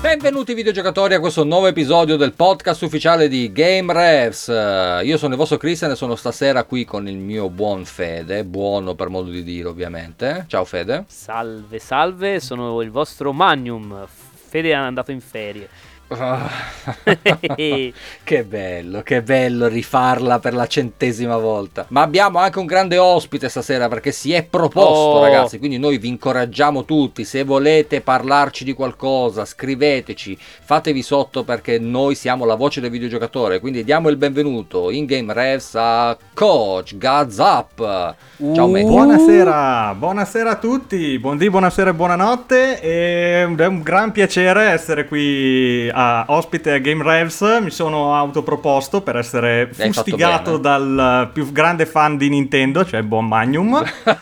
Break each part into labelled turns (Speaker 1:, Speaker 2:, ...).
Speaker 1: Benvenuti videogiocatori a questo nuovo episodio del podcast ufficiale di Game Revs. Io sono il vostro Christian e sono stasera qui con il mio buon Fede, buono per modo di dire ovviamente. Ciao Fede.
Speaker 2: Salve, salve, sono il vostro Magnum. Fede è andato in ferie.
Speaker 1: Che bello rifarla per la 100ª volta. Ma abbiamo anche un grande ospite stasera perché si è proposto, ragazzi, quindi noi vi incoraggiamo tutti. Se volete parlarci di qualcosa, scriveteci, fatevi sotto, perché noi siamo la voce del videogiocatore. Quindi diamo il benvenuto in Game Revs a Coach Gazap. Ciao
Speaker 3: buonasera a tutti, buonasera e buonanotte. È un gran piacere essere qui ospite a Game Revs. Mi sono autoproposto per essere fustigato dal più grande fan di Nintendo, cioè il buon Magnum.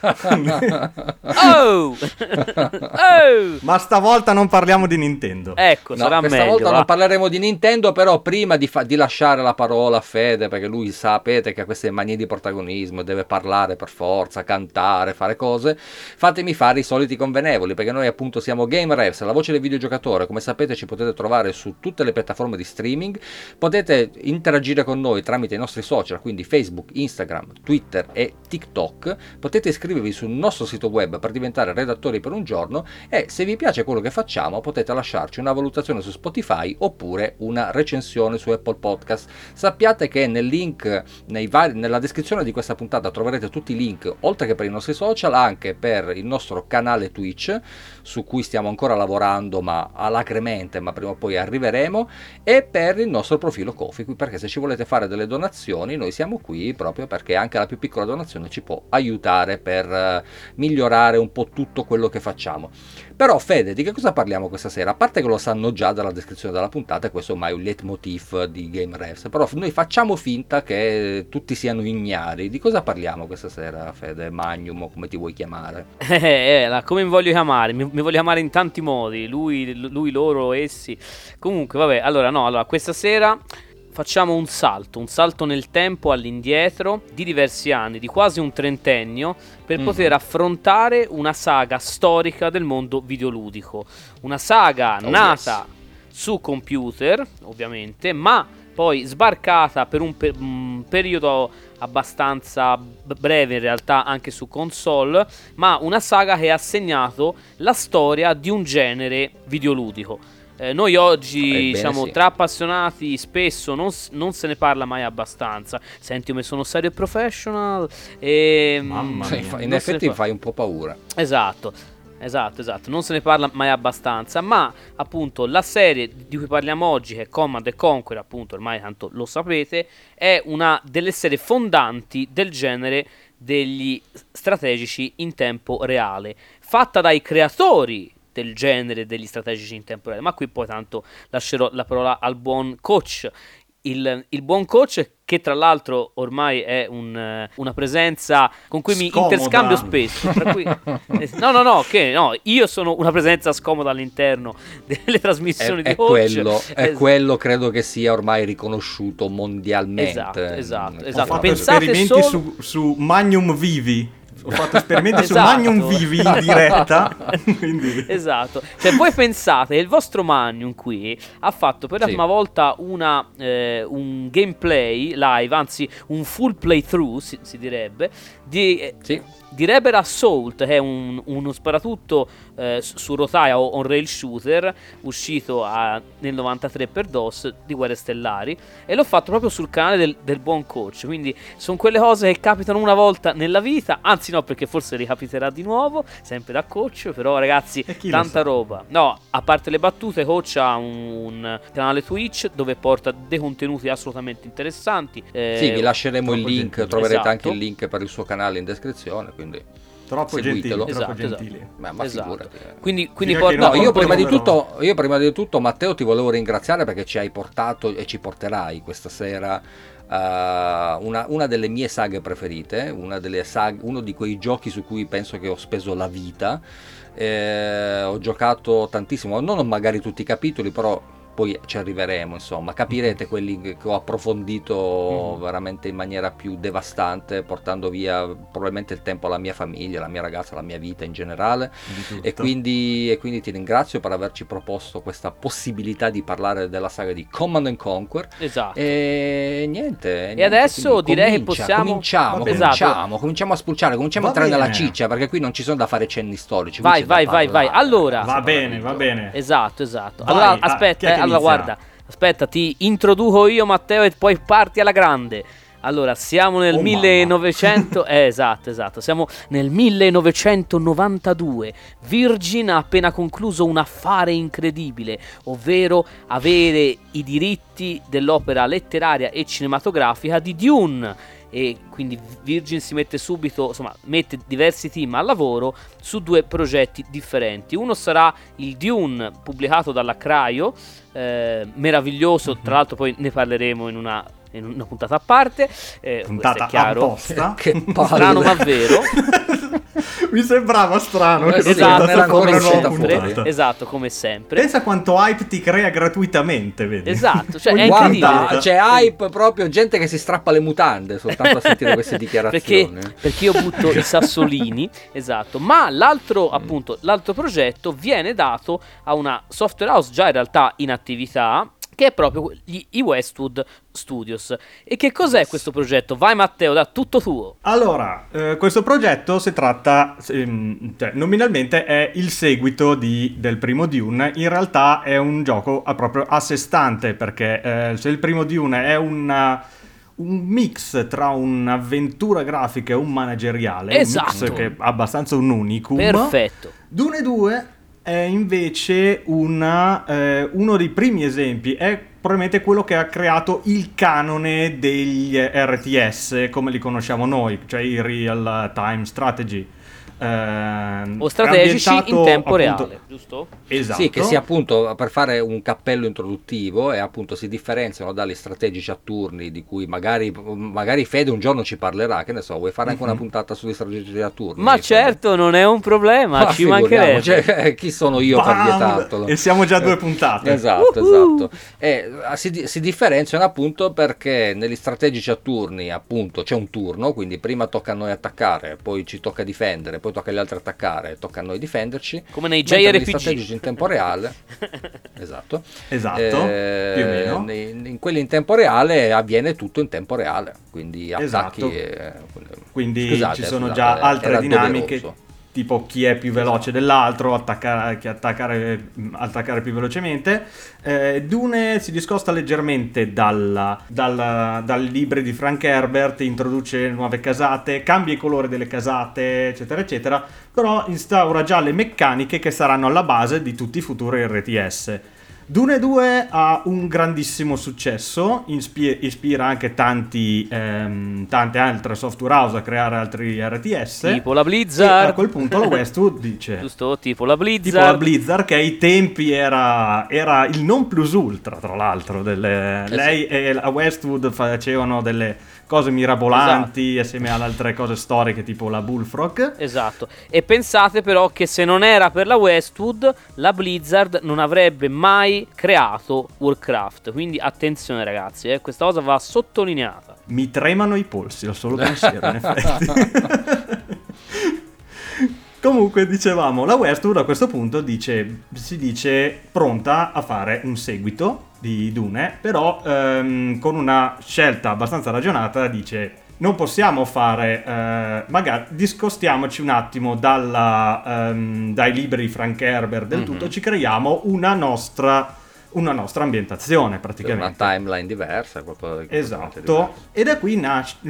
Speaker 3: Ma stavolta non parliamo di Nintendo.
Speaker 2: Ecco, sarà meglio.
Speaker 1: Questa volta non parleremo di Nintendo, però prima di lasciare la parola a Fede, perché lui sapete che ha queste manie di protagonismo, deve parlare per forza, cantare, fare cose, fatemi fare i soliti convenevoli, perché noi appunto siamo Game Revs, la voce del videogiocatore. Come sapete ci potete trovare su tutte le piattaforme di streaming, potete interagire con noi tramite i nostri social, quindi Facebook, Instagram, Twitter e TikTok, potete iscrivervi sul nostro sito web per diventare redattori per un giorno, e se vi piace quello che facciamo potete lasciarci una valutazione su Spotify oppure una recensione su Apple Podcast. Sappiate che nel link, nella descrizione di questa puntata troverete tutti i link, oltre che per i nostri social, anche per il nostro canale Twitch, su cui stiamo ancora lavorando ma alacremente, ma prima o poi arriveremo, e per il nostro profilo Ko-fi, perché se ci volete fare delle donazioni noi siamo qui, proprio perché anche la più piccola donazione ci può aiutare per migliorare un po' tutto quello che facciamo. Però Fede, di che cosa parliamo questa sera? A parte che lo sanno già dalla descrizione della puntata, e questo ormai è un leitmotiv di Game Revs, però noi facciamo finta che tutti siano ignari. Di cosa parliamo questa sera, Fede, Magnum, o come ti vuoi chiamare?
Speaker 2: Come mi voglio chiamare? Mi voglio chiamare in tanti modi, lui, loro, essi. Comunque, vabbè, allora questa sera facciamo un salto nel tempo all'indietro di diversi anni, di quasi un trentennio, per poter affrontare una saga storica del mondo videoludico. Una saga nata su computer, ovviamente, ma poi sbarcata per un periodo abbastanza breve in realtà anche su console, ma una saga che ha segnato la storia di un genere videoludico. Noi oggi, diciamo, tra appassionati spesso non se ne parla mai abbastanza. Senti, io sono serio e professional e
Speaker 3: mamma mia,
Speaker 1: in effetti fai un po' paura.
Speaker 2: Esatto, non se ne parla mai abbastanza, ma appunto la serie di cui parliamo oggi, che è Command & Conquer, appunto ormai tanto lo sapete, è una delle serie fondanti del genere degli strategici in tempo reale, fatta dai creatori del genere degli strategici in tempo reale. Ma qui poi tanto lascerò la parola al buon coach, il buon coach, che tra l'altro ormai è una presenza con cui mi interscambio spesso, tra cui, io sono una presenza scomoda all'interno delle trasmissioni di coach.
Speaker 1: Quello credo che sia ormai riconosciuto mondialmente.
Speaker 2: Esatto.
Speaker 3: Ho fatto
Speaker 2: Pensate
Speaker 3: esperimenti su Magnum Vivi. Ho fatto esperimenti su Magnum Vivi in diretta. Quindi.
Speaker 2: Esatto. Cioè voi pensate che il vostro Magnum qui ha fatto per la prima volta un gameplay live, anzi un full playthrough si direbbe, di Rebel Assault, che è uno sparatutto su rotaia o on-rail shooter uscito nel 93 per DOS, di Guerre Stellari, e l'ho fatto proprio sul canale del buon coach. Quindi sono quelle cose che capitano una volta nella vita, anzi no, perché forse ricapiterà di nuovo, sempre da coach. Però ragazzi, tanta roba. No, a parte le battute, coach ha un canale Twitch dove porta dei contenuti assolutamente interessanti.
Speaker 1: Vi lasceremo il link,
Speaker 2: gentile.
Speaker 1: Troverete anche il link per il suo canale in descrizione, quindi
Speaker 3: troppo
Speaker 1: seguitelo.
Speaker 3: gentili.
Speaker 1: Ma figurati.
Speaker 2: Quindi
Speaker 1: io prima di tutto Matteo ti volevo ringraziare, perché ci hai portato e ci porterai questa sera una delle mie saghe preferite, uno di quei giochi su cui penso che ho speso la vita. Ho giocato tantissimo, non magari tutti i capitoli, però poi ci arriveremo, insomma, capirete quelli che ho approfondito veramente in maniera più devastante, portando via probabilmente il tempo alla mia famiglia, alla mia ragazza, alla mia vita in generale, e quindi ti ringrazio per averci proposto questa possibilità di parlare della saga di Command and Conquer.
Speaker 2: Esatto.
Speaker 1: E niente,
Speaker 2: adesso direi che possiamo
Speaker 1: cominciamo a spulciare, cominciamo a entrare nella ciccia, perché qui non ci sono da fare cenni storici.
Speaker 2: Vai. Allora,
Speaker 3: va bene.
Speaker 2: Esatto.
Speaker 3: Vai,
Speaker 2: allora aspetta, guarda, aspetta, ti introduco io, Matteo, e poi parti alla grande. Allora, siamo nel 1900. Esatto. Siamo nel 1992. Virgin ha appena concluso un affare incredibile, ovvero avere i diritti dell'opera letteraria e cinematografica di Dune. E quindi Virgin si mette subito, insomma, mette diversi team al lavoro su 2 progetti differenti. Uno sarà il Dune, pubblicato dalla Cryo, meraviglioso, tra l'altro poi ne parleremo in una puntata a parte,
Speaker 3: puntata
Speaker 2: è chiaro.
Speaker 3: Apposta.
Speaker 1: Che
Speaker 2: Strano ma vero.
Speaker 3: Mi sembrava strano che
Speaker 2: esatto, come sempre.
Speaker 3: Pensa quanto hype ti crea gratuitamente, vedi?
Speaker 2: Esatto, cioè è incredibile.
Speaker 1: Guarda, c'è hype proprio, gente che si strappa le mutande soltanto a sentire queste dichiarazioni.
Speaker 2: Perché io butto i sassolini, esatto. Ma l'altro progetto viene dato a una software house già in realtà in attività, che è proprio i Westwood Studios. E che cos'è questo progetto? Vai Matteo, da tutto tuo.
Speaker 3: Allora, questo progetto si tratta, nominalmente è il seguito del primo Dune. In realtà è un gioco proprio a sé stante, perché se il primo Dune è un mix tra un'avventura grafica e un manageriale,
Speaker 2: esatto,
Speaker 3: un mix che è abbastanza un unicum.
Speaker 2: Perfetto.
Speaker 3: Dune 2 è invece uno dei primi esempi, è probabilmente quello che ha creato il canone degli RTS come li conosciamo noi, cioè i real time strategy.
Speaker 2: O strategici in tempo reale, giusto?
Speaker 3: Esatto.
Speaker 1: Sì, che sia appunto, per fare un cappello introduttivo, e appunto si differenziano dagli strategici a turni, di cui magari Fede un giorno ci parlerà, che ne so, vuoi fare anche una puntata sugli strategici a turni?
Speaker 2: Ma certo,
Speaker 1: Fede?
Speaker 2: Non è un problema, ci mancherebbe.
Speaker 1: Cioè, chi sono io per vietartelo?
Speaker 3: E siamo già 2 puntate.
Speaker 1: Esatto. E si differenziano appunto perché negli strategici a turni appunto c'è un turno, quindi prima tocca a noi attaccare, poi ci tocca difendere, poi tocca agli altri attaccare, tocca a noi difenderci,
Speaker 2: come nei
Speaker 1: JRPG
Speaker 2: strategici
Speaker 1: in tempo reale. Esatto,
Speaker 3: più o meno.
Speaker 1: In quelli in tempo reale avviene tutto in tempo reale, quindi attacchi.
Speaker 3: Quindi ci sono già altre dinamiche, tipo chi è più veloce dell'altro, attaccare più velocemente. Dune si discosta leggermente dal libro di Frank Herbert, introduce nuove casate, cambia i colori delle casate, eccetera eccetera, però instaura già le meccaniche che saranno alla base di tutti i futuri RTS. Dune 2 ha un grandissimo successo, ispira anche tante altre software house a creare altri RTS,
Speaker 2: tipo la Blizzard.
Speaker 3: E a quel punto la Westwood dice
Speaker 2: giusto, tipo la Blizzard,
Speaker 3: che ai tempi era il non plus ultra, tra l'altro, lei e la Westwood facevano delle cose mirabolanti, esatto, assieme ad altre cose storiche tipo la Bullfrog.
Speaker 2: Esatto. E pensate però che se non era per la Westwood, la Blizzard non avrebbe mai creato Warcraft. Quindi attenzione ragazzi, questa cosa va sottolineata.
Speaker 3: Mi tremano i polsi, ho solo pensiero in effetti. Comunque dicevamo, la Westwood a questo punto si dice pronta a fare un seguito di Dune, però con una scelta abbastanza ragionata dice: non possiamo fare, magari discostiamoci un attimo dai libri di Frank Herbert del tutto, ci creiamo una nostra ambientazione praticamente.
Speaker 1: Una timeline diversa,
Speaker 3: esatto,
Speaker 1: diverso.
Speaker 3: E da qui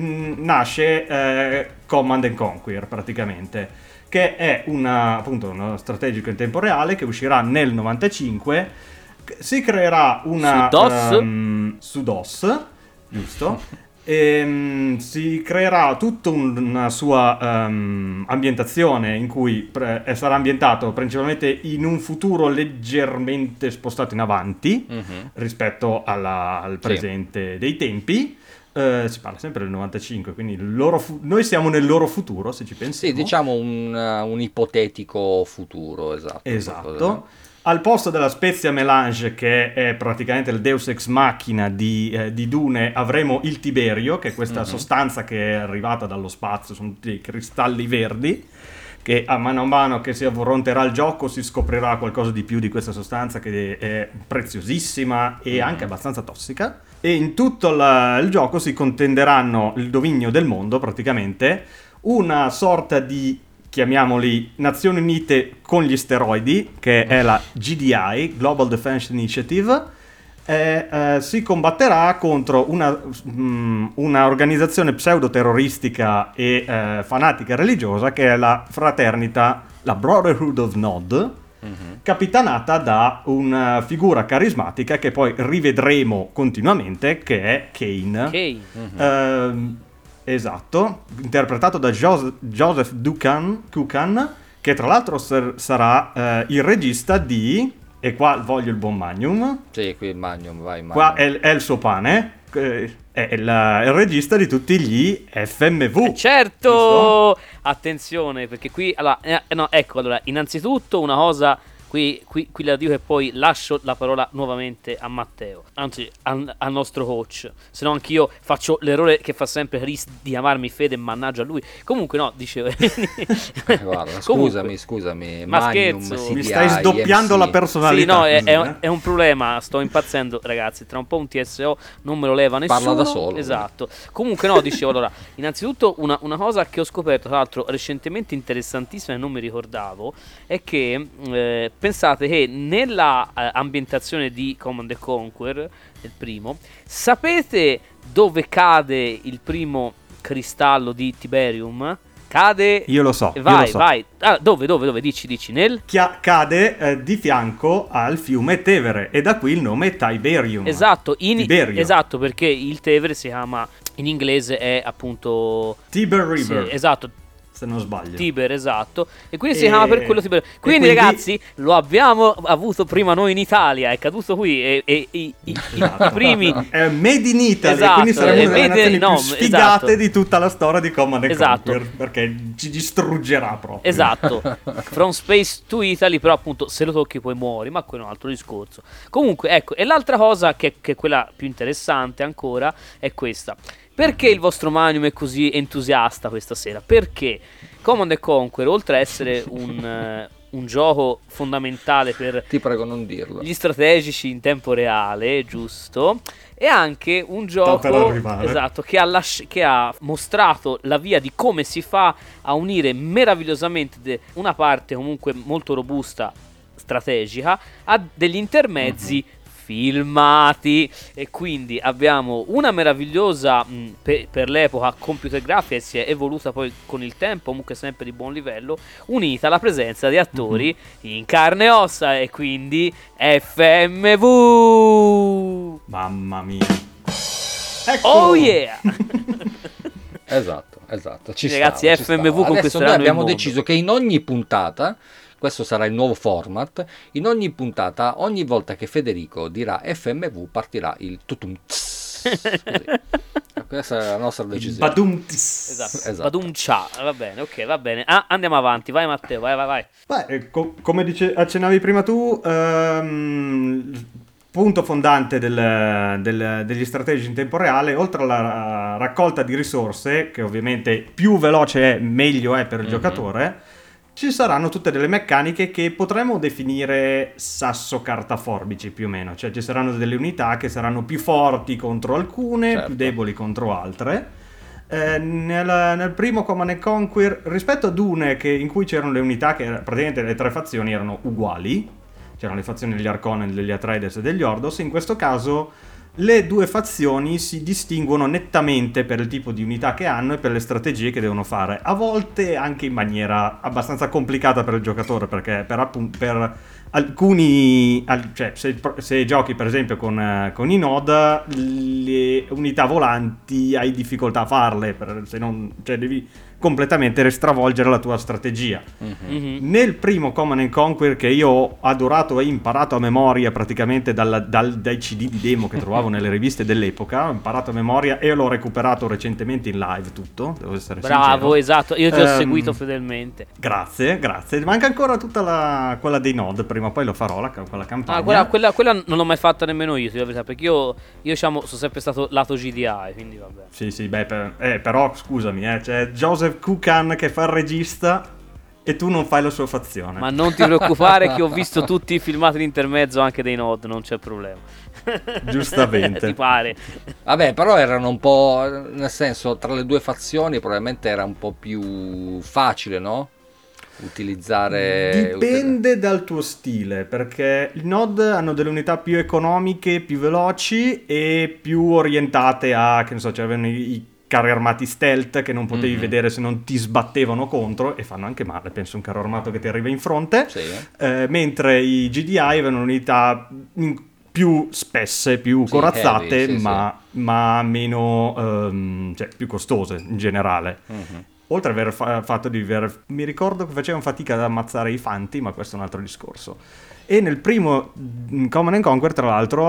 Speaker 3: nasce Command and Conquer praticamente, che è appunto uno strategico in tempo reale che uscirà nel 95. Si creerà una su DOS, giusto? Si creerà tutta una sua ambientazione in cui sarà ambientato principalmente in un futuro leggermente spostato in avanti rispetto al presente dei tempi. Si parla sempre del 95, quindi noi siamo nel loro futuro, se ci pensiamo.
Speaker 1: Sì, diciamo un ipotetico futuro, esatto.
Speaker 3: Al posto della spezia melange, che è praticamente il Deus Ex Machina di Dune, avremo il Tiberio, che è questa sostanza che è arrivata dallo spazio, sono dei cristalli verdi, che a mano che si affronterà il gioco si scoprirà qualcosa di più di questa sostanza, che è preziosissima e anche abbastanza tossica. E in tutto il gioco si contenderanno il dominio del mondo, praticamente, una sorta di, chiamiamoli, Nazioni Unite con gli steroidi, che è la GDI, Global Defense Initiative, e si combatterà contro una organizzazione pseudo-terroristica e fanatica religiosa, che è la fraternita, la Brotherhood of Nod, capitanata da una figura carismatica che poi rivedremo continuamente, che è Kane. Esatto, interpretato da Joseph Kukan, che tra l'altro sarà il regista di... E qua voglio il buon Magnum.
Speaker 1: Sì, qui il Magnum, vai Magnum.
Speaker 3: Qua è il suo pane. È il regista di tutti gli FMV.
Speaker 2: Certo! Giusto? Attenzione, perché qui... Allora, no, ecco, allora, innanzitutto una cosa... Qui la dico e poi lascio la parola nuovamente a Matteo, anzi al nostro coach, se no anch'io faccio l'errore che fa sempre Chris di chiamarmi Fede e mannaggia lui. Comunque no, dicevo...
Speaker 1: Guarda, scusami,
Speaker 2: ma
Speaker 1: Magnum,
Speaker 2: scherzo.
Speaker 1: CDI,
Speaker 3: Mi stai sdoppiando
Speaker 1: MC.
Speaker 3: la personalità.
Speaker 2: Sì, no, è un problema, sto impazzendo ragazzi, tra un po' un TSO non me lo leva nessuno.
Speaker 1: Parla da solo.
Speaker 2: Esatto. Comunque no, dicevo, allora, innanzitutto una cosa che ho scoperto, tra l'altro recentemente interessantissima e non mi ricordavo, è che... pensate che nella ambientazione di Command & Conquer, il primo, sapete dove cade il primo cristallo di Tiberium? Cade...
Speaker 3: Io lo so.
Speaker 2: Vai. Ah, dove? Dici, nel...
Speaker 3: Cade di fianco al fiume Tevere, e da qui il nome Tiberium.
Speaker 2: Esatto,
Speaker 3: Tiberio.
Speaker 2: esatto, perché il Tevere si chiama, in inglese è appunto...
Speaker 3: Tiber River.
Speaker 2: Sì, esatto.
Speaker 3: Se non sbaglio.
Speaker 2: Tiber, esatto. E quindi si chiama per quello Tiber. Quindi ragazzi, lo abbiamo avuto prima noi in Italia, è caduto qui e i primi...
Speaker 3: È made in Italy,
Speaker 2: esatto,
Speaker 3: quindi saremo una delle nazioni più sfigate
Speaker 2: esatto.
Speaker 3: di tutta la storia di Command &
Speaker 2: Esatto.
Speaker 3: Conquer, perché ci distruggerà proprio.
Speaker 2: Esatto. From Space to Italy, però appunto se lo tocchi poi muori, ma quello è un altro discorso. Comunque, ecco, e l'altra cosa che è quella più interessante ancora è questa. Perché il vostro Magnum è così entusiasta questa sera? Perché Command & Conquer, oltre a essere un gioco fondamentale per
Speaker 1: Ti prego non dirlo.
Speaker 2: gli strategici in tempo reale, giusto? È anche un gioco esatto, che ha mostrato la via di come si fa a unire meravigliosamente una parte comunque molto robusta strategica a degli intermezzi filmati, e quindi abbiamo una meravigliosa per l'epoca computer grafica, e si è evoluta poi con il tempo, comunque sempre di buon livello, unita alla presenza di attori in carne e ossa, e quindi FMV.
Speaker 3: Mamma mia. Ecco.
Speaker 2: Oh yeah.
Speaker 1: Esatto, ci
Speaker 2: ragazzi,
Speaker 1: stava,
Speaker 2: FMV
Speaker 1: ci stava. Adesso noi abbiamo
Speaker 2: mondo.
Speaker 1: deciso che in ogni puntata, questo sarà il nuovo format, in ogni puntata, ogni volta che Federico dirà FMV partirà il tutum tss, così. Questa è la nostra decisione.
Speaker 3: Badumtis.
Speaker 2: Esatto. Badumcia. Va bene, ok, va bene. Andiamo avanti, vai Matteo, vai.
Speaker 3: Beh, come accennavi prima tu, punto fondante degli strategici in tempo reale, oltre alla raccolta di risorse, che ovviamente più veloce è, meglio è per il giocatore, ci saranno tutte delle meccaniche che potremmo definire sasso carta forbici più o meno, cioè ci saranno delle unità che saranno più forti contro alcune,
Speaker 1: certo,
Speaker 3: più deboli contro altre. Nel primo Command & Conquer, rispetto a Dune, in cui c'erano le unità che praticamente le tre fazioni erano uguali, c'erano le fazioni degli Harkonnen, degli Atreides e degli Ordos, in questo caso le due fazioni si distinguono nettamente per il tipo di unità che hanno e per le strategie che devono fare, a volte anche in maniera abbastanza complicata per il giocatore, perché per alcuni, cioè se giochi per esempio con i Nod, le unità volanti hai difficoltà a farle, se non, cioè devi completamente stravolgere la tua strategia. Nel primo Command & Conquer, che io ho adorato e imparato a memoria praticamente dai CD di demo che trovavo nelle riviste dell'epoca, ho imparato a memoria e l'ho recuperato recentemente in live tutto, devo essere
Speaker 2: bravo,
Speaker 3: sincero.
Speaker 2: Esatto, io ti ho seguito fedelmente.
Speaker 3: Grazie, manca ancora tutta quella dei Nod prima prima o poi lo farò quella campagna.
Speaker 2: Quella non l'ho mai fatta nemmeno io, perché io diciamo sono sempre stato lato GDI, quindi vabbè.
Speaker 3: Sì, però scusami, c'è Joseph Kukan che fa il regista e tu non fai la sua fazione.
Speaker 2: Ma non ti preoccupare che ho visto tutti i filmati di intermezzo anche dei Nod, non c'è problema.
Speaker 3: Giustamente.
Speaker 2: Ti pare?
Speaker 1: Vabbè, però erano un po', nel senso, tra le due fazioni probabilmente era un po' più facile, no?
Speaker 3: Dipende dal tuo stile, perché i Nod hanno delle unità più economiche, più veloci e più orientate a, che ne so, c'erano i carri armati stealth che non potevi vedere se non ti sbattevano contro, e fanno anche male, penso un carro armato che ti arriva in fronte,
Speaker 1: sì.
Speaker 3: Mentre i GDI avevano unità più spesse, più corazzate,
Speaker 1: heavy,
Speaker 3: ma meno, cioè più costose in generale. Oltre ad aver fatto mi ricordo che facevano fatica ad ammazzare i fanti, ma questo è un altro discorso. E nel primo Command & Conquer, tra l'altro,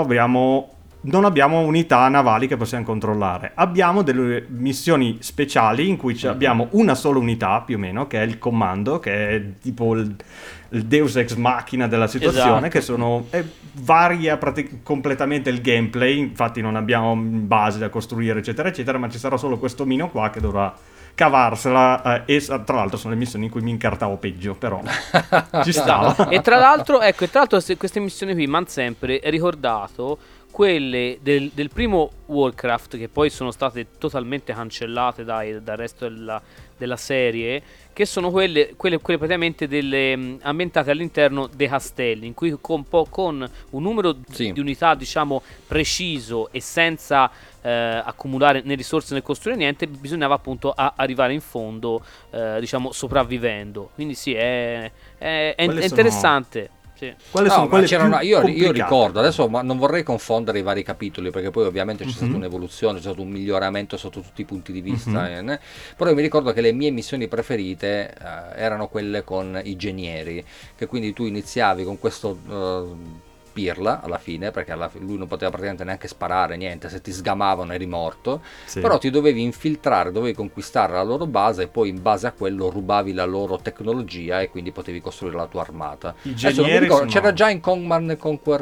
Speaker 3: non abbiamo unità navali che possiamo controllare. Abbiamo delle missioni speciali in cui abbiamo una sola unità, più o meno, che è il comando, che è tipo il Deus Ex Machina della situazione,
Speaker 2: esatto.
Speaker 3: che varia completamente il gameplay. Infatti non abbiamo base da costruire, eccetera, eccetera, ma ci sarà solo questo mino qua che dovrà cavarsela, e tra l'altro sono le missioni in cui mi incartavo peggio, però ci stava.
Speaker 2: E tra l'altro queste missioni qui mi hanno sempre ricordato quelle del primo Warcraft, che poi sono state totalmente cancellate dal resto della serie, che sono quelle praticamente ambientate all'interno dei castelli, in cui con un numero di unità, diciamo, preciso e senza accumulare né risorse né costruire niente, bisognava appunto arrivare in fondo, diciamo, sopravvivendo. Quindi sì, è interessante. Sì.
Speaker 3: Quali sono quelle più
Speaker 1: io ricordo adesso, ma non vorrei confondere i vari capitoli, perché poi ovviamente c'è stata un'evoluzione, c'è stato un miglioramento sotto tutti i punti di vista, però io mi ricordo che le mie missioni preferite erano quelle con i genieri, che quindi tu iniziavi con questo pirla alla fine, perché lui non poteva praticamente neanche sparare, niente, se ti sgamavano eri morto, però ti dovevi infiltrare, dovevi conquistare la loro base e poi in base a quello rubavi la loro tecnologia e quindi potevi costruire la tua armata. C'era già in Command & Conquer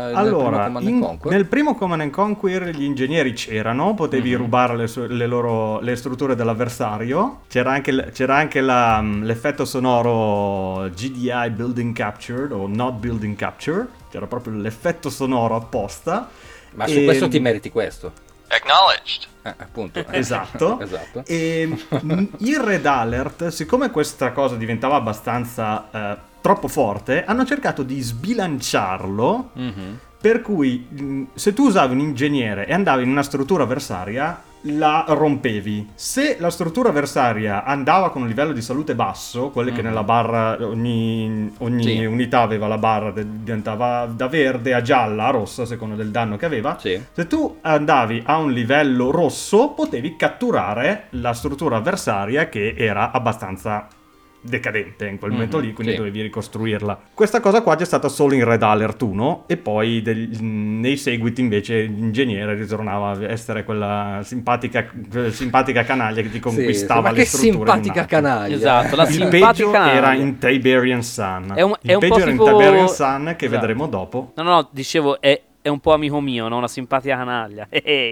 Speaker 3: nel primo Command & Conquer gli ingegneri c'erano, potevi rubare le strutture dell'avversario, c'era anche l'effetto sonoro GDI Building Captured o Not Building Capture, c'era proprio l'effetto sonoro apposta.
Speaker 1: Ma su questo ti meriti questo.
Speaker 4: Acknowledged.
Speaker 1: Appunto.
Speaker 3: Esatto. E il Red Alert, siccome questa cosa diventava abbastanza troppo forte, hanno cercato di sbilanciarlo, per cui se tu usavi un ingegnere e andavi in una struttura avversaria, la rompevi. Se la struttura avversaria andava con un livello di salute basso, quelle che nella barra ogni unità aveva la barra, diventava da verde a gialla a rossa a seconda del danno che aveva. Se tu andavi a un livello rosso, potevi catturare la struttura avversaria che era abbastanza decadente in quel momento lì, quindi dovevi ricostruirla. Questa cosa qua c'è stata solo in Red Alert 1, e poi nei seguiti invece l'ingegnere ritornava a essere quella simpatica canaglia che ti conquistava le strutture.
Speaker 1: Ma che simpatica canaglia!
Speaker 2: Esatto, la
Speaker 3: il peggio era in Tiberian Sun. Il peggio era in Tiberian Sun, che vedremo dopo.
Speaker 2: No, dicevo, è un po' amico mio, no? Una simpatica canaglia.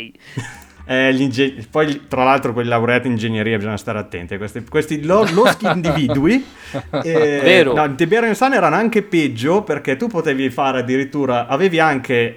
Speaker 3: Poi tra l'altro quelli laureati in ingegneria bisogna stare attenti a questi loschi individui.
Speaker 2: Vero.
Speaker 3: No, in Tiberian Sun erano anche peggio, perché tu potevi fare addirittura, avevi anche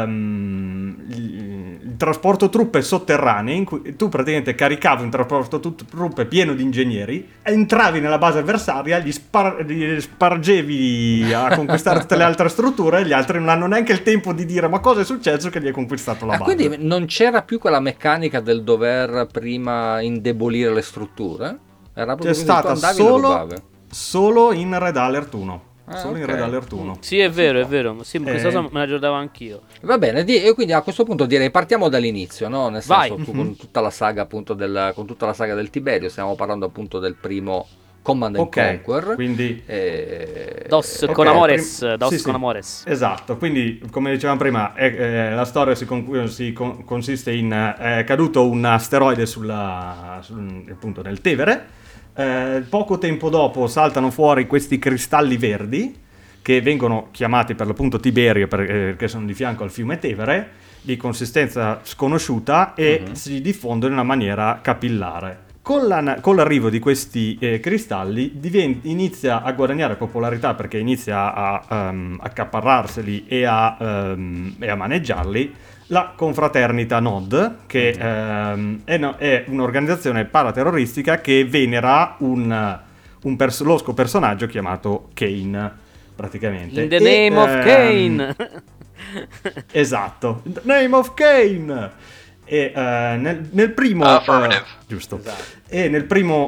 Speaker 3: il trasporto truppe sotterranei, in cui tu praticamente caricavi un trasporto truppe pieno di ingegneri, entravi nella base avversaria, gli spargevi a conquistare tutte le altre strutture, e gli altri non hanno neanche il tempo di dire ma cosa è successo che gli hai conquistato la base.
Speaker 1: Quindi non c'era più quella meccanica del dover prima indebolire le strutture? Era
Speaker 3: c'è stata solo in Red Alert 1. In Red Alert 1.
Speaker 2: Sì, è vero. Sì, questa cosa me la ricordavo anch'io.
Speaker 1: Va bene, e quindi a questo punto direi partiamo dall'inizio, no? Nel senso, con tutta la saga appunto con tutta la saga del Tiberio, stiamo parlando appunto del primo Command & Conquer,
Speaker 3: quindi
Speaker 2: con Amores.
Speaker 3: Esatto, quindi come dicevamo prima, la storia consiste in è caduto un asteroide appunto nel Tevere. Poco tempo dopo saltano fuori questi cristalli verdi che vengono chiamati per l'appunto Tiberio perché sono di fianco al fiume Tevere, di consistenza sconosciuta e si diffondono in una maniera capillare. Con l'arrivo di questi cristalli inizia a guadagnare popolarità perché inizia a accaparrarseli e a maneggiarli la confraternita Nod, che è un'organizzazione paraterroristica che venera un losco personaggio chiamato Kane, praticamente.
Speaker 2: In the name of Kane!
Speaker 3: Esatto, the name of Kane! E nel primo giusto. Esatto. E nel primo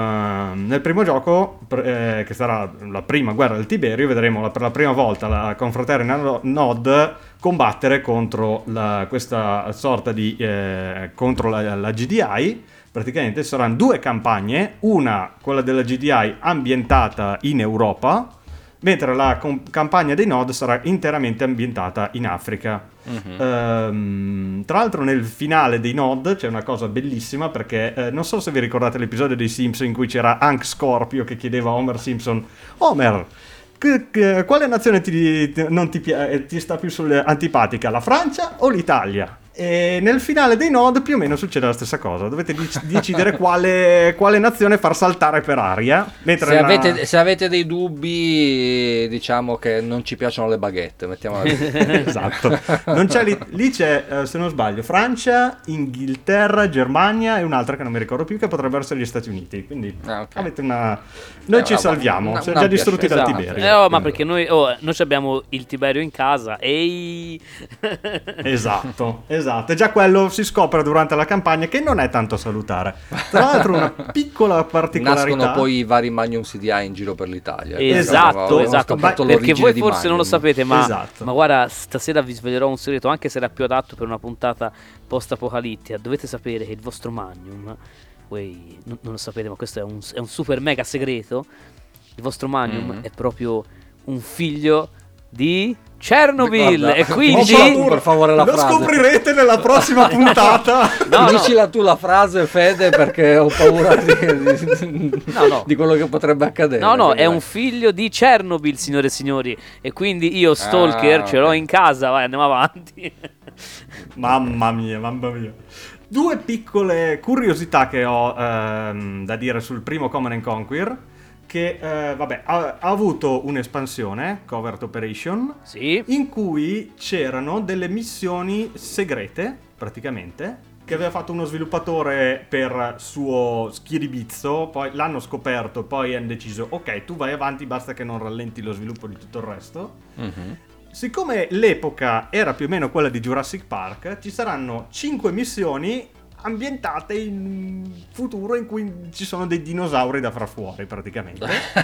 Speaker 3: gioco che sarà la prima guerra del Tiberio, vedremo per la prima volta la confraternita Nod combattere contro questa sorta di contro la GDI. Praticamente saranno 2 campagne, una, quella della GDI, ambientata in Europa, mentre la campagna dei Nod sarà interamente ambientata in Africa. Tra l'altro nel finale dei Nod c'è una cosa bellissima, perché non so se vi ricordate l'episodio dei Simpson in cui c'era Hank Scorpio che chiedeva a Homer Simpson: Homer, quale nazione ti sta più antipatica, la Francia o l'Italia? E nel finale dei Nod più o meno succede la stessa cosa. Dovete decidere quale nazione far saltare per aria.
Speaker 1: Se avete dei dubbi, diciamo che non ci piacciono le baguette, mettiamola lì.
Speaker 3: Esatto. Non c'è lì c'è, se non sbaglio, Francia, Inghilterra, Germania e un'altra che non mi ricordo più, che potrebbero essere gli Stati Uniti. Quindi avete una... Noi ci salviamo, siamo già distrutti dal Tiberio.
Speaker 2: Ma perché noi abbiamo il Tiberio in casa.
Speaker 3: Esatto. E già quello si scopre durante la campagna che non è tanto salutare. Tra l'altro una piccola particolarità.
Speaker 1: Nascono poi i vari Magnum CDI in giro per l'Italia.
Speaker 2: Esatto. Perché voi forse non lo sapete, ma guarda, stasera vi svelerò un segreto, anche se era più adatto per una puntata post-apocalittica. Dovete sapere che il vostro Magnum, voi non lo sapete, ma questo è un super mega segreto. Il vostro Magnum è proprio un figlio di Chernobyl. E quindi
Speaker 1: per favore la frase
Speaker 3: lo scoprirete nella prossima puntata.
Speaker 1: Dicila tu la frase, Fede, perché ho paura di quello che potrebbe accadere.
Speaker 2: È un figlio di Chernobyl, signore e signori. E quindi io Stalker ce l'ho in casa. Vai, andiamo avanti.
Speaker 3: Mamma mia. 2 piccole curiosità che ho da dire sul primo Command & Conquer, che ha avuto un'espansione, Covert Operation,
Speaker 2: sì,
Speaker 3: in cui c'erano delle missioni segrete, praticamente, che aveva fatto uno sviluppatore per suo schiribizzo, poi l'hanno scoperto, poi hanno deciso: ok, tu vai avanti, basta che non rallenti lo sviluppo di tutto il resto. Siccome l'epoca era più o meno quella di Jurassic Park, ci saranno 5 missioni ambientate in un futuro in cui ci sono dei dinosauri da far fuori, praticamente.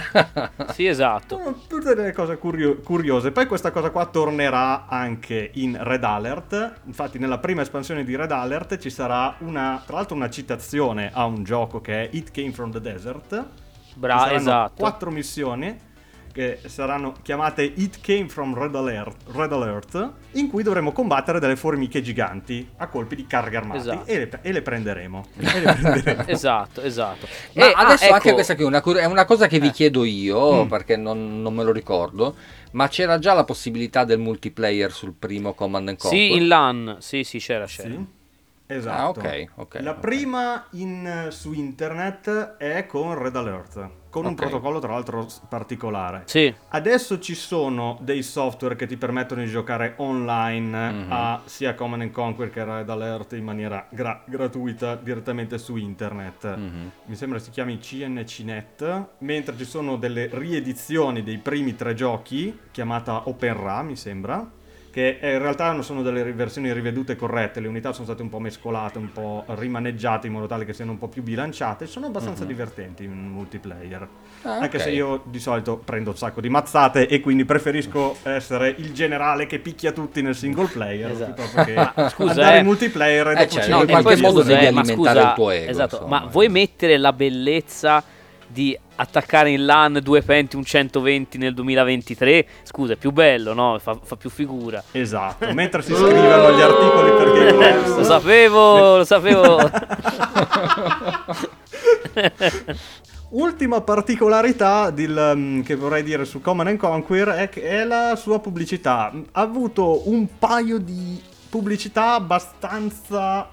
Speaker 2: Sì, esatto.
Speaker 3: Sono tutte delle cose curiose. Poi questa cosa qua tornerà anche in Red Alert. Infatti nella prima espansione di Red Alert ci sarà tra l'altro una citazione a un gioco che è It Came From The Desert.
Speaker 2: Esatto.
Speaker 3: 4 missioni che saranno chiamate It Came From Red Alert, in cui dovremo combattere delle formiche giganti a colpi di carri armati.
Speaker 2: Esatto.
Speaker 3: e le prenderemo.
Speaker 2: Esatto.
Speaker 1: Ma adesso anche questa qui è una cosa che vi chiedo io, perché non me lo ricordo, ma c'era già la possibilità del multiplayer sul primo Command & Conquer?
Speaker 2: Sì, in LAN, sì, c'era.
Speaker 3: Sì. Esatto. La prima su internet è con Red Alert, con un protocollo tra l'altro particolare.
Speaker 2: Sì.
Speaker 3: Adesso ci sono dei software che ti permettono di giocare online a sia Command & Conquer che Red Alert in maniera gratuita direttamente su internet. Mi sembra si chiami CNCnet, mentre ci sono delle riedizioni dei primi 3 giochi chiamata OpenRA, mi sembra, che in realtà non sono delle versioni rivedute corrette, le unità sono state un po' mescolate, un po' rimaneggiate in modo tale che siano un po' più bilanciate, sono abbastanza divertenti in multiplayer. Anche se io di solito prendo un sacco di mazzate e quindi preferisco essere il generale che picchia tutti nel single player, piuttosto che andare in multiplayer e dopo
Speaker 1: in qualche modo devi alimentare il tuo ego.
Speaker 2: Esatto,
Speaker 1: insomma.
Speaker 2: ma vuoi mettere la bellezza di attaccare in LAN 2 Pentium 120 nel 2023? Scusa, è più bello, no? Fa più figura.
Speaker 3: Esatto, mentre si scrivono gli articoli per Game Labs.
Speaker 2: Lo sapevo.
Speaker 3: Ultima particolarità che vorrei dire su Command & Conquer è che è la sua pubblicità. Ha avuto un paio di pubblicità abbastanza,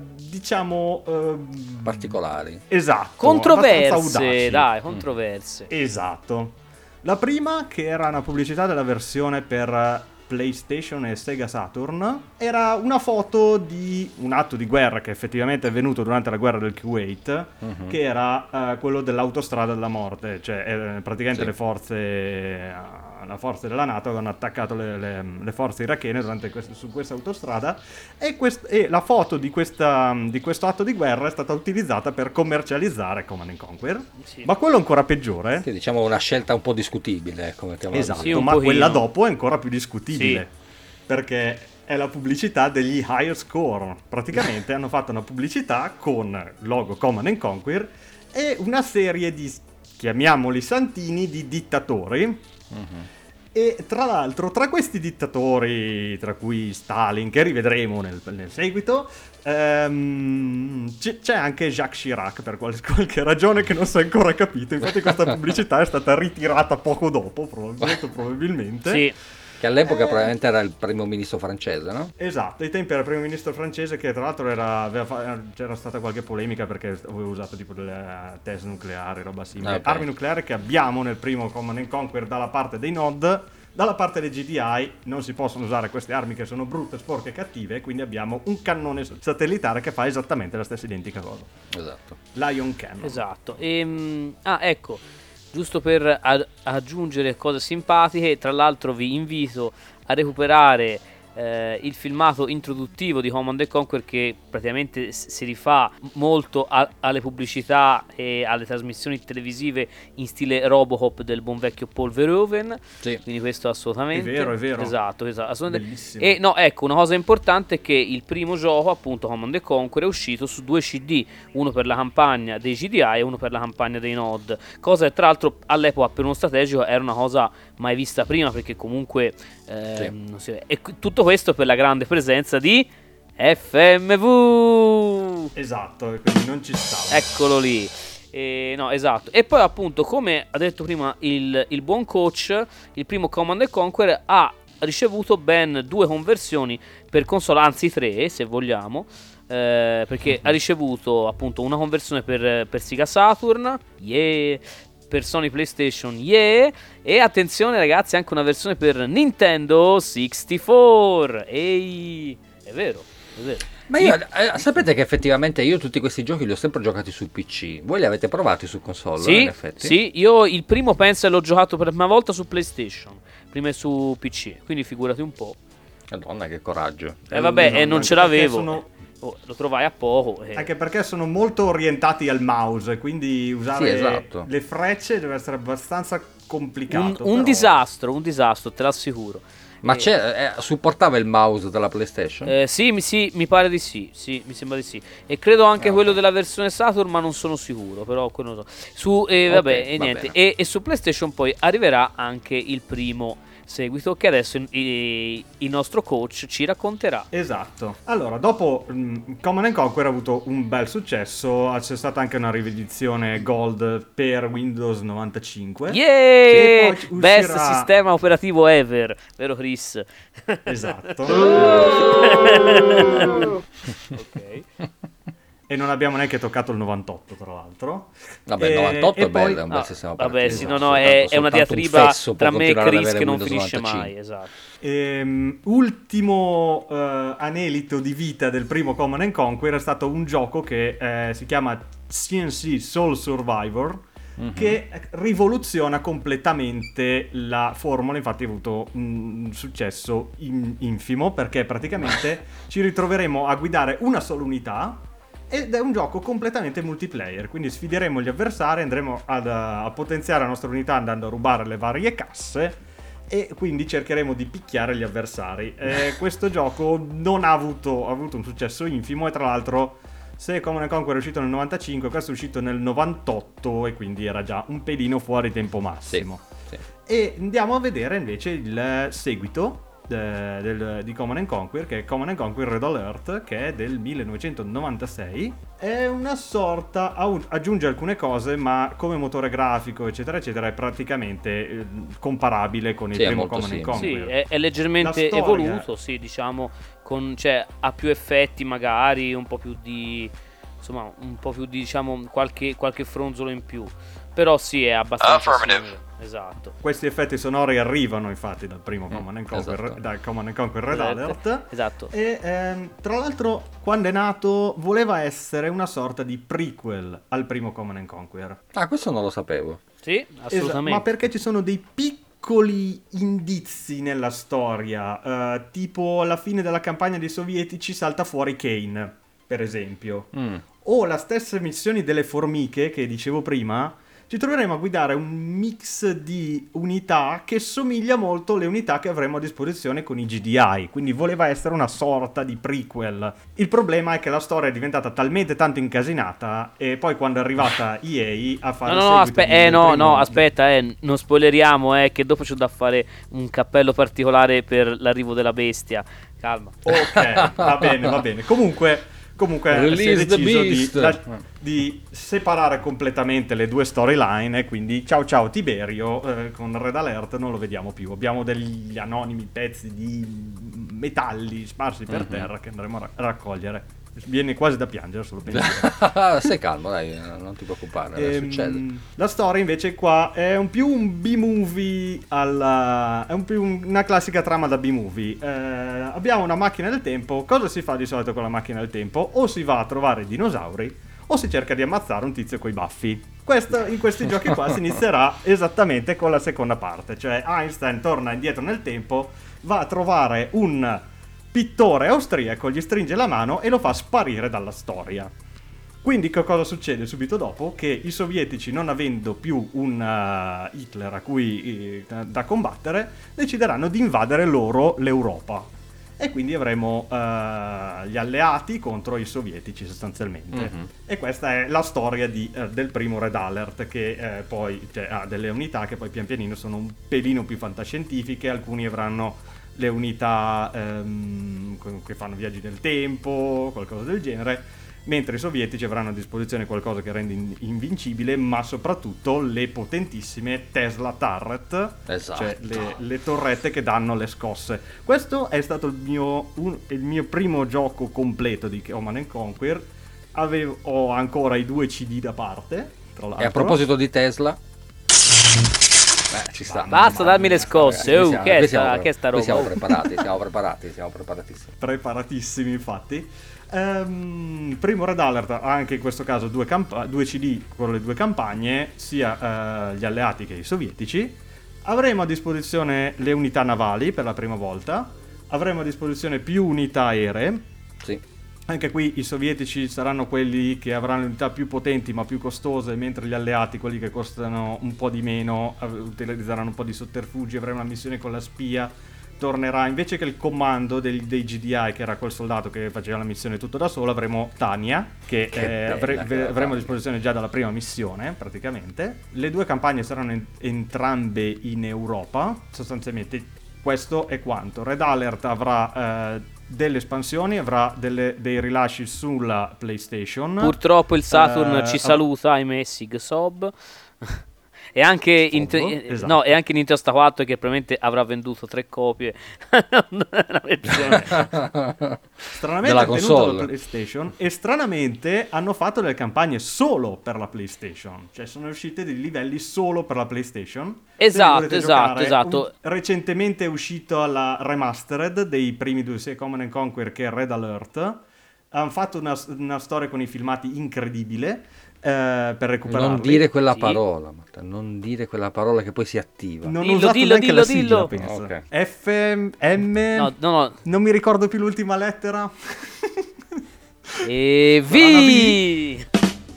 Speaker 1: particolari.
Speaker 3: Esatto.
Speaker 2: Controverse, dai, controverse.
Speaker 3: Esatto. La prima, che era una pubblicità della versione per PlayStation e Sega Saturn, era una foto di un atto di guerra che effettivamente è avvenuto durante la guerra del Kuwait, che era quello dell'autostrada della morte, cioè praticamente
Speaker 1: Sì.
Speaker 3: la forza della NATO avevano attaccato le forze irachene su questa autostrada e la foto di questo atto di guerra è stata utilizzata per commercializzare Command & Conquer.
Speaker 2: Sì.
Speaker 3: Ma quello è ancora peggiore.
Speaker 1: Sì, diciamo una scelta un po' discutibile, come chiamarla.
Speaker 3: Esatto,
Speaker 2: Sì, un
Speaker 3: ma
Speaker 2: pochino.
Speaker 3: quella dopo è ancora più discutibile,
Speaker 2: Sì.
Speaker 3: perché è la pubblicità degli Higher Score. Praticamente hanno fatto una pubblicità con logo Command & Conquer e una serie di, chiamiamoli santini, di dittatori. E tra l'altro, tra questi dittatori, tra cui Stalin, che rivedremo nel seguito, c'è anche Jacques Chirac, per qualche ragione che non si è ancora capito. Infatti questa pubblicità è stata ritirata poco dopo, molto probabilmente.
Speaker 2: Sì.
Speaker 1: Che all'epoca probabilmente era il primo ministro francese, no?
Speaker 3: Esatto, ai tempi era il primo ministro francese, che tra l'altro c'era stata qualche polemica perché aveva usato tipo delle test nucleari, roba simile.
Speaker 1: Ok.
Speaker 3: Armi nucleari che abbiamo nel primo Command & Conquer dalla parte dei Nod. Dalla parte dei GDI non si possono usare queste armi che sono brutte, sporche e cattive, quindi abbiamo un cannone satellitare che fa esattamente la stessa identica cosa.
Speaker 1: Esatto.
Speaker 3: Lion Cannon.
Speaker 2: Esatto. Ecco, giusto per aggiungere cose simpatiche, tra l'altro vi invito a recuperare il filmato introduttivo di Command & Conquer, che praticamente si rifà molto alle pubblicità e alle trasmissioni televisive in stile Robocop del buon vecchio Paul Verhoeven.
Speaker 1: Sì.
Speaker 2: Quindi questo assolutamente
Speaker 3: È vero.
Speaker 2: esatto, assolutamente.
Speaker 3: Bellissimo.
Speaker 2: E no, ecco, una cosa importante è che il primo gioco, appunto Command & Conquer, è uscito su 2 CD, uno per la campagna dei GDI e uno per la campagna dei Nod, cosa che tra l'altro all'epoca per uno strategico era una cosa mai vista prima, perché comunque non si vede. E tutto questo per la grande presenza di FMV.
Speaker 3: Esatto, e quindi non ci stava.
Speaker 2: Eccolo lì. No, esatto. E poi appunto, come ha detto prima il buon coach, il primo Command & Conquer ha ricevuto ben 2 conversioni per console, anzi 3 se vogliamo, perché ha ricevuto appunto una conversione per Sega Saturn, per Sony PlayStation, e attenzione ragazzi, anche una versione per Nintendo 64. Ehi, è vero.
Speaker 1: Ma io, sapete che effettivamente io tutti questi giochi li ho sempre giocati su PC. Voi li avete provati su console?
Speaker 2: Sì,
Speaker 1: in effetti?
Speaker 2: sì, io il primo penso l'ho giocato per la prima volta su PlayStation, prima su PC, quindi figurati un po'.
Speaker 1: Madonna, che coraggio.
Speaker 2: Vabbè, non ce l'avevo.
Speaker 3: Sono...
Speaker 2: lo trovai a poco.
Speaker 3: Anche perché sono molto orientati al mouse, quindi usare
Speaker 1: Sì, esatto.
Speaker 3: le frecce deve essere abbastanza complicato.
Speaker 2: Un
Speaker 3: però...
Speaker 2: disastro, te l'assicuro.
Speaker 1: Ma supportava il mouse della PlayStation?
Speaker 2: Sì, mi pare di sì, mi sembra di sì. E credo anche quello della versione Saturn, ma non sono sicuro, però quello non so. Niente. E su PlayStation poi arriverà anche il primo seguito, che adesso il nostro coach ci racconterà.
Speaker 3: Esatto. Allora, dopo Command & Conquer ha avuto un bel successo, c'è stata anche una riedizione Gold per Windows 95.
Speaker 2: Yeah!
Speaker 3: Che poi
Speaker 2: Best
Speaker 3: uscirà...
Speaker 2: sistema operativo ever, vero Chris?
Speaker 3: Esatto.
Speaker 2: Ok.
Speaker 3: E non abbiamo neanche toccato il 98, tra l'altro.
Speaker 1: Vabbè, il 98 è
Speaker 3: poi-
Speaker 1: bello, è un bel sistema operativo.
Speaker 2: Vabbè, sì,
Speaker 1: Esatto.
Speaker 2: è una
Speaker 1: Soltanto
Speaker 2: diatriba
Speaker 1: un fesso
Speaker 2: tra
Speaker 1: può
Speaker 2: me e
Speaker 1: continuare ad
Speaker 2: Chris
Speaker 1: avere
Speaker 2: che non
Speaker 1: Windows
Speaker 2: finisce
Speaker 1: 95.
Speaker 2: mai, esatto.
Speaker 3: Ultimo anelito di vita del primo Command & Conquer è stato un gioco che si chiama CNC Soul Survivor, che rivoluziona completamente la formula. Infatti ha avuto un successo infimo, perché praticamente ci ritroveremo a guidare una sola unità ed è un gioco completamente multiplayer, quindi sfideremo gli avversari, andremo a potenziare la nostra unità andando a rubare le varie casse e quindi cercheremo di picchiare gli avversari. Questo gioco non ha avuto un successo infimo, e tra l'altro, se Command & Conquer è uscito nel 95, questo è uscito nel 98 e quindi era già un pelino fuori tempo massimo.
Speaker 1: Sì.
Speaker 3: E andiamo a vedere invece il seguito, di Command and Conquer, che è Command and Conquer Red Alert, che è del 1996. È una sorta, aggiunge alcune cose, ma come motore grafico eccetera eccetera è praticamente comparabile con il primo Command and Conquer.
Speaker 2: Sì, è leggermente evoluto, sì, diciamo, cioè ha più effetti magari, un po' più di, insomma, un po' più di, diciamo, qualche fronzolo in più. Però sì, è abbastanza simile. Esatto.
Speaker 3: Questi effetti sonori arrivano infatti dal primo Command and Conquer,
Speaker 1: esatto.
Speaker 3: dal Command and Conquer Red Alert.
Speaker 2: Esatto.
Speaker 3: E tra l'altro, quando è nato, voleva essere una sorta di prequel al primo Command and Conquer.
Speaker 1: Ah, questo non lo sapevo.
Speaker 2: Sì, assolutamente.
Speaker 3: Ma perché ci sono dei piccoli indizi nella storia, tipo alla fine della campagna dei sovietici salta fuori Kane, per esempio. O la stessa missione delle formiche che dicevo prima. Ci troveremo a guidare un mix di unità che somiglia molto alle unità che avremo a disposizione con i GDI, quindi voleva essere una sorta di prequel. Il problema è che la storia è diventata talmente tanto incasinata e poi quando è arrivata EA a fare
Speaker 2: aspetta, non spoileriamo, che dopo c'è da fare un cappello particolare per l'arrivo della bestia. Calma.
Speaker 3: Ok, va bene. Comunque si è deciso di separare completamente le due storyline e quindi ciao Tiberio con Red Alert non lo vediamo più. Abbiamo degli anonimi pezzi di metalli sparsi per terra che andremo a raccogliere. Viene quasi da piangere solo pensare.
Speaker 1: Stai calmo, dai, non ti preoccupare, succede.
Speaker 3: La storia invece qua è più un B-movie è più una classica trama da B-movie. Abbiamo una macchina del tempo. Cosa si fa di solito con la macchina del tempo? O si va a trovare dinosauri o si cerca di ammazzare un tizio coi baffi. In questi giochi qua si inizierà esattamente con la seconda parte, cioè Einstein torna indietro nel tempo, va a trovare un pittore austriaco, gli stringe la mano e lo fa sparire dalla storia. Quindi che cosa succede subito dopo? Che i sovietici, non avendo più un Hitler a cui da combattere, decideranno di invadere loro l'Europa. E quindi avremo gli alleati contro i sovietici sostanzialmente. E questa è la storia del primo Red Alert, che poi ha delle unità che poi pian pianino sono un pelino più fantascientifiche. Alcuni avranno le unità che fanno viaggi nel tempo, qualcosa del genere, mentre i sovietici avranno a disposizione qualcosa che rende invincibile, ma soprattutto le potentissime Tesla Turret,
Speaker 1: esatto.
Speaker 3: Cioè le torrette che danno le scosse. Questo è stato il mio primo gioco completo di Command and Conquer. Ho ancora i 2 CD da parte, tra l'altro.
Speaker 1: E a proposito di Tesla, ci sta.
Speaker 2: Basta darmi le scosse. Che è sta roba?
Speaker 1: Siamo preparatissimi.
Speaker 3: Preparatissimi, infatti. Primo Red Alert ha anche in questo caso 2 CD con le 2 campagne, sia gli alleati che i sovietici. Avremo a disposizione le unità navali per la prima volta. Avremo a disposizione più unità aeree.
Speaker 1: Sì.
Speaker 3: Anche qui i sovietici saranno quelli che avranno le unità più potenti ma più costose, mentre gli alleati, quelli che costano un po' di meno, utilizzeranno un po' di sotterfugi. Avremo una missione con la spia. Tornerà, invece che il comando dei GDI, che era quel soldato che faceva la missione tutto da solo, avremo Tania, che avremo a disposizione già dalla prima missione, praticamente. Le 2 campagne saranno entrambe in Europa, sostanzialmente. Questo è quanto. Red Alert avrà delle espansioni, avrà dei rilasci sulla PlayStation.
Speaker 2: Purtroppo il Saturn ci saluta, ahimè, Sig Sob. E anche
Speaker 3: esatto.
Speaker 2: No, e anche Nintendo 4 che probabilmente avrà venduto 3 copie.
Speaker 3: Stranamente ha tenuto la PlayStation e stranamente hanno fatto delle campagne solo per la PlayStation, cioè sono uscite dei livelli solo per la PlayStation.
Speaker 2: Esatto.
Speaker 3: Recentemente è uscito alla remastered dei primi 2 sia Command and Conquer che Red Alert. Hanno fatto una storia con i filmati incredibile. Per recuperarli.
Speaker 1: Non dire quella parola, Matta, non dire quella parola che poi si attiva.
Speaker 3: Non ho usato neanche la sigla, penso. Okay. F, M,
Speaker 2: no.
Speaker 3: Non mi ricordo più l'ultima lettera.
Speaker 2: E V.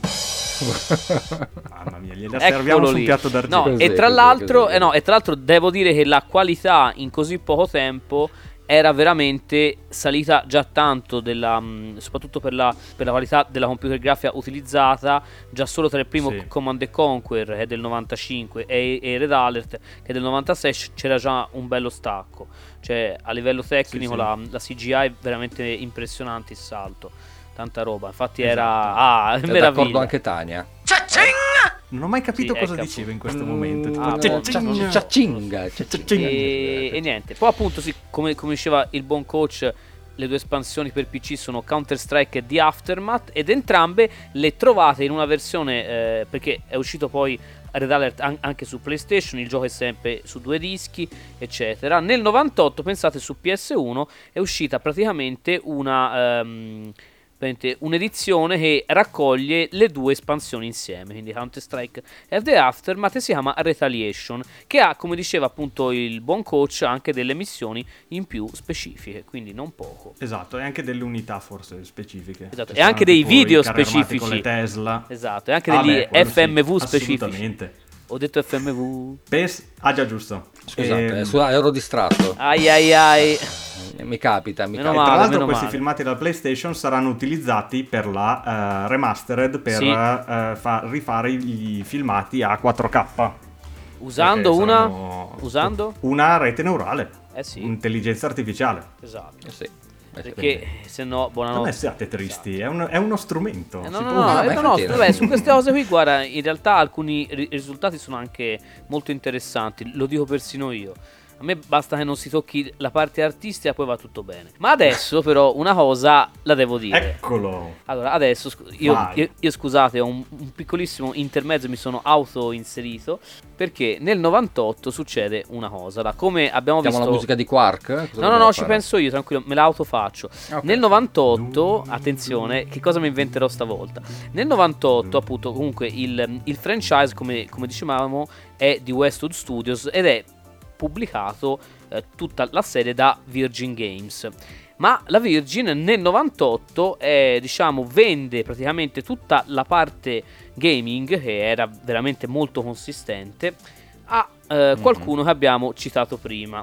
Speaker 3: Mamma mia, gliela serviamo su un piatto d'argento.
Speaker 2: E tra l'altro devo dire che la qualità in così poco tempo era veramente salita già tanto soprattutto per la qualità della computer grafica utilizzata. Già solo tra il primo Command & Conquer, che è del 95, e Red Alert, che è del 96, c'era già un bello stacco. Cioè, a livello tecnico la CGI è veramente impressionante, il salto, tanta roba. Infatti era
Speaker 1: è
Speaker 2: meraviglia.
Speaker 1: d'accordo anche Tania.
Speaker 3: Non ho mai capito cosa diceva in questo momento.
Speaker 2: E niente. Poi appunto, come diceva il buon coach, le due espansioni per PC sono Counter-Strike e The Aftermath, ed entrambe le trovate in una versione, perché è uscito poi Red Alert anche su PlayStation, il gioco è sempre su 2 dischi, eccetera. Nel 98, pensate, su PS1 è uscita praticamente un'edizione che raccoglie le due espansioni insieme, quindi Counter-Strike e The Aftermath, e si chiama Retaliation, che ha, come diceva appunto il buon coach, anche delle missioni in più specifiche, quindi non poco.
Speaker 3: Esatto, e anche delle unità forse specifiche.
Speaker 2: Esatto, e anche dei video specifici
Speaker 3: con le Tesla.
Speaker 2: Esatto, e anche degli FMV specifici.
Speaker 3: Assolutamente.
Speaker 2: Ho detto FMV.
Speaker 3: Già, giusto.
Speaker 1: Scusate, ero distratto.
Speaker 2: Ai.
Speaker 1: Mi capita.
Speaker 3: Tra l'altro questi filmati dalla PlayStation saranno utilizzati per la remastered, per rifare i filmati a 4K.
Speaker 2: Usando
Speaker 3: una rete neurale.
Speaker 2: Sì.
Speaker 3: Intelligenza artificiale.
Speaker 2: Esatto.
Speaker 1: Sì.
Speaker 2: Perché se no, buonanotte.
Speaker 3: Non siate tristi, è uno strumento.
Speaker 2: Vabbè, su queste cose qui, guarda, in realtà alcuni risultati sono anche molto interessanti, lo dico persino io. A me basta che non si tocchi la parte artistica, poi va tutto bene. Ma adesso però una cosa la devo dire.
Speaker 3: Eccolo.
Speaker 2: Allora, adesso io scusate, ho un piccolissimo intermezzo, mi sono auto inserito, perché nel 98 succede una cosa. Come abbiamo visto,
Speaker 1: la musica di Quark?
Speaker 2: No, ci penso io, tranquillo, me la autofaccio. Okay. Nel 98, attenzione, che cosa mi inventerò stavolta? Nel 98, appunto, comunque il franchise, come dicevamo, è di Westwood Studios ed è pubblicato tutta la serie da Virgin Games. Ma la Virgin nel 98 vende praticamente tutta la parte gaming, che era veramente molto consistente, a qualcuno che abbiamo citato prima,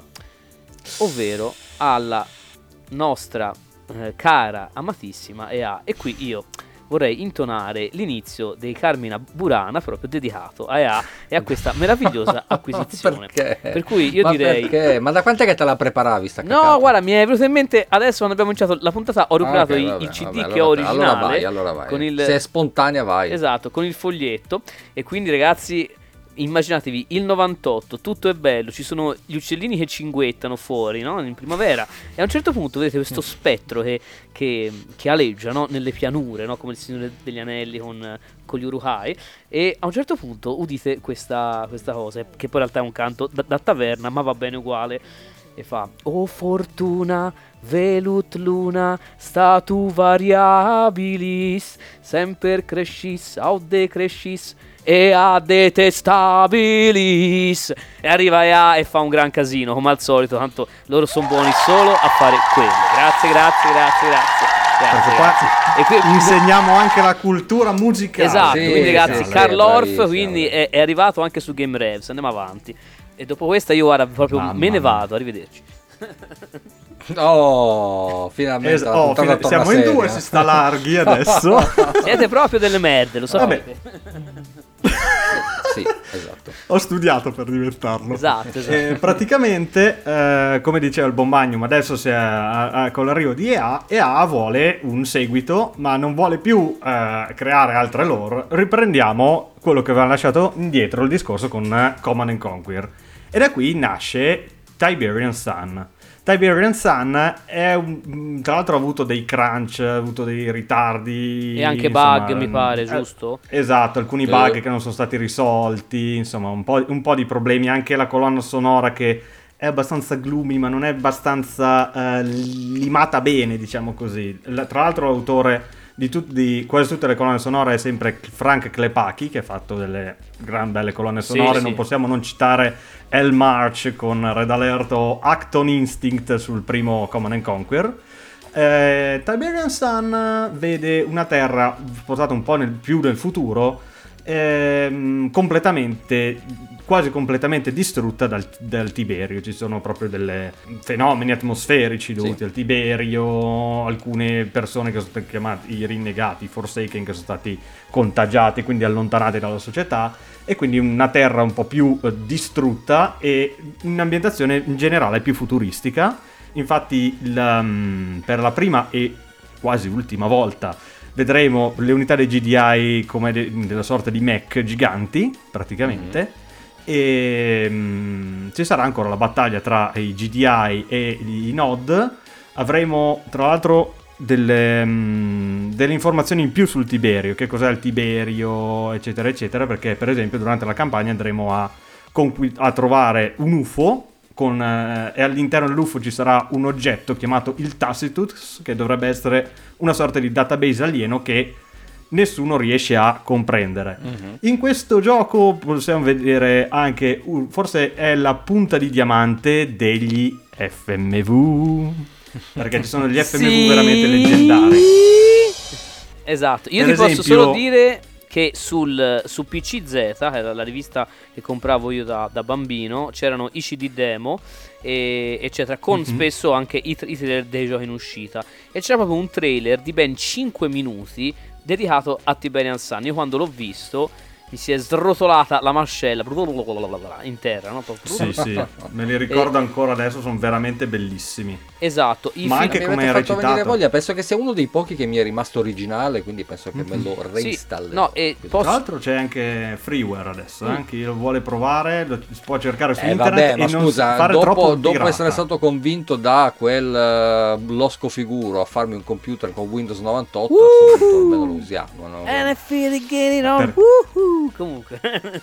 Speaker 2: ovvero alla nostra cara, amatissima EA. E qui io vorrei intonare l'inizio dei Carmina Burana, proprio dedicato a EA e a questa meravigliosa acquisizione.
Speaker 1: Perché?
Speaker 2: Per cui io direi...
Speaker 1: Perché? Ma da quant'è che te la preparavi sta cacata?
Speaker 2: No, guarda, mi è venuto in mente adesso quando abbiamo iniziato la puntata, ho recuperato il CD che ho originale.
Speaker 1: Allora vai.
Speaker 2: Con
Speaker 1: se è spontanea vai.
Speaker 2: Esatto, con il foglietto. E quindi, ragazzi, immaginatevi il 98, tutto è bello, ci sono gli uccellini che cinguettano fuori, no? In primavera, e a un certo punto vedete questo spettro che aleggia, no? Nelle pianure, no? Come il Signore degli Anelli con gli Uruk-hai, e a un certo punto udite questa cosa, che poi in realtà è un canto da taverna, ma va bene uguale, e fa: "O fortuna velut luna statu variabilis, semper crescis aut decrescis e a detestabilis". E arriva EA e fa un gran casino come al solito, tanto loro sono buoni solo a fare quello. Grazie.
Speaker 3: E qui insegniamo anche la cultura musicale.
Speaker 2: Esatto, quindi ragazzi, Carl Orff quindi è arrivato anche su Game Revs. Andiamo avanti. E dopo questa io ora proprio me ne vado, arrivederci.
Speaker 1: Oh, finalmente
Speaker 3: siamo in due, si sta larghi adesso.
Speaker 2: Siete proprio delle merde, lo sapete.
Speaker 3: Sì, esatto. Ho studiato per diventarlo.
Speaker 2: Esatto.
Speaker 3: Praticamente, come diceva il buon Magnum, adesso con l'arrivo di EA vuole un seguito, ma non vuole più creare altre lore. Riprendiamo quello che aveva lasciato indietro il discorso con Command & Conquer. E da qui nasce Tiberian Sun. Tiberian Sun è tra l'altro ha avuto dei crunch, ha avuto dei ritardi
Speaker 2: e anche bug, mi pare, giusto?
Speaker 3: Esatto, alcuni bug che non sono stati risolti, insomma un po' di problemi, anche la colonna sonora che è abbastanza gloomy ma non è abbastanza limata bene, diciamo così. Tra l'altro l'autore di quasi tutte le colonne sonore è sempre Frank Klepaki, che ha fatto delle gran belle colonne sonore. Non possiamo non citare El March con Red Alert o Acton Instinct sul primo Command & Conquer. Tiberian Sun vede una terra portata un po' più nel futuro, quasi completamente distrutta dal Tiberio. Ci sono proprio dei fenomeni atmosferici dovuti al Tiberio, alcune persone che sono state chiamate i rinnegati, i Forsaken, che sono stati contagiati, quindi allontanati dalla società, e quindi una terra un po' più distrutta e un'ambientazione in generale più futuristica. Infatti per la prima e quasi ultima volta vedremo le unità dei GDI come della sorta di mech giganti, praticamente. E ci sarà ancora la battaglia tra i GDI e i Nod. Avremo tra l'altro delle informazioni in più sul Tiberio, che cos'è il Tiberio, eccetera eccetera, perché per esempio durante la campagna andremo a trovare un UFO e all'interno dell'UFO ci sarà un oggetto chiamato il Tacitus, che dovrebbe essere una sorta di database alieno che nessuno riesce a comprendere. In questo gioco possiamo vedere anche, forse è la punta di diamante degli FMV, perché ci sono gli FMV veramente leggendari.
Speaker 2: Esatto, io ti posso solo dire che su PCZ, era la rivista che compravo io da bambino, c'erano i CD demo eccetera, con spesso anche i trailer dei giochi in uscita, e c'era proprio un trailer di ben 5 minuti dedicato a Tiberian Sun. Io quando l'ho visto mi si è srotolata la mascella in terra, no?
Speaker 3: Sì, me li ricordo ancora adesso, sono veramente bellissimi.
Speaker 2: Esatto,
Speaker 3: ma anche come è recitato.
Speaker 1: Voglia, penso che sia uno dei pochi che mi è rimasto originale, quindi penso che me lo reinstallerò.
Speaker 3: Tra l'altro c'è anche freeware adesso, chi lo vuole provare si può cercare su internet.
Speaker 1: Vabbè, ma
Speaker 3: e
Speaker 1: scusa,
Speaker 3: non fare
Speaker 1: dopo essere stato convinto da quel losco figuro a farmi un computer con Windows 98, a questo punto almeno lo usiamo, no?
Speaker 2: And I feel it getting on. Comunque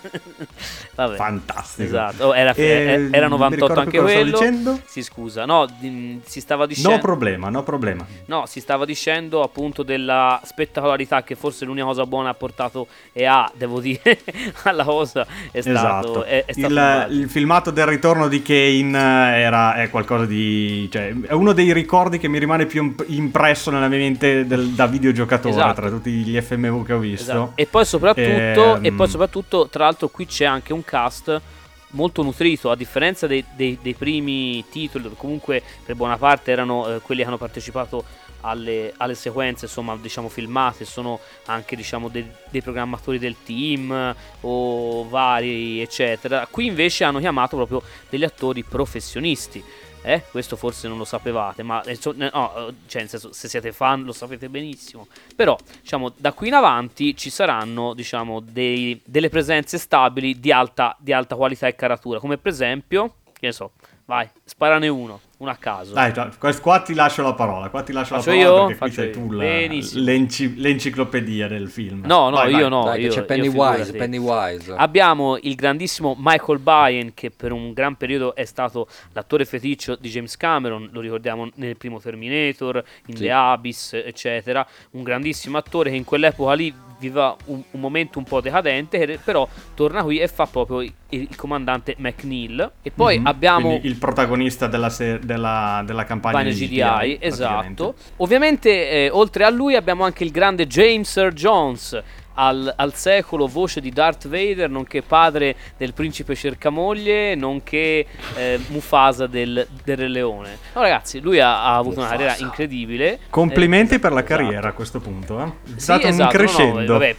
Speaker 2: vabbè,
Speaker 3: fantastico.
Speaker 2: Esatto. Era 98 anche quello. Sì, scusa. No, si stava dicendo.
Speaker 3: No problema.
Speaker 2: No, si stava dicendo appunto della spettacolarità che forse l'unica cosa buona ha portato devo dire, alla cosa è stato, è stato
Speaker 3: il filmato del ritorno di Kane è qualcosa di, cioè, è uno dei ricordi che mi rimane più impresso nella mia mente da videogiocatore, tra tutti gli FMV che ho visto.
Speaker 2: Esatto. E poi soprattutto, tra l'altro, qui c'è anche un cast molto nutrito, a differenza dei primi titoli, dove comunque per buona parte erano quelli che hanno partecipato alle sequenze, insomma, diciamo, filmate, sono anche, diciamo, dei programmatori del team o vari, eccetera. Qui invece hanno chiamato proprio degli attori professionisti. Questo forse non lo sapevate, ma cioè nel senso, se siete fan lo sapete benissimo. Però, diciamo, da qui in avanti ci saranno, diciamo, delle presenze stabili di alta qualità e caratura, come per esempio, che ne so, vai, sparane uno a caso.
Speaker 3: Dai, qua ti lascio la parola.
Speaker 2: Faccio io?
Speaker 3: Perché qui c'è tu l'enciclopedia del film.
Speaker 2: No,
Speaker 3: vai.
Speaker 2: Io no.
Speaker 1: Dai, c'è Pennywise.
Speaker 2: Abbiamo il grandissimo Michael Biehn, che per un gran periodo è stato l'attore feticcio di James Cameron, lo ricordiamo nel primo Terminator, in The Abyss, eccetera. Un grandissimo attore che in quell'epoca lì viveva un momento un po' decadente, che però torna qui e fa proprio il comandante McNeil. E poi abbiamo
Speaker 3: quindi il protagonista della campagna di
Speaker 2: GDI, esatto. Ovviamente oltre a lui abbiamo anche il grande James Earl Jones, al secolo voce di Darth Vader, nonché padre del principe cercamoglie, nonché Mufasa del Re Leone. No, ragazzi, lui ha avuto una carriera incredibile.
Speaker 3: Complimenti per la carriera a questo punto. È stato un crescendo.
Speaker 2: Vabbè,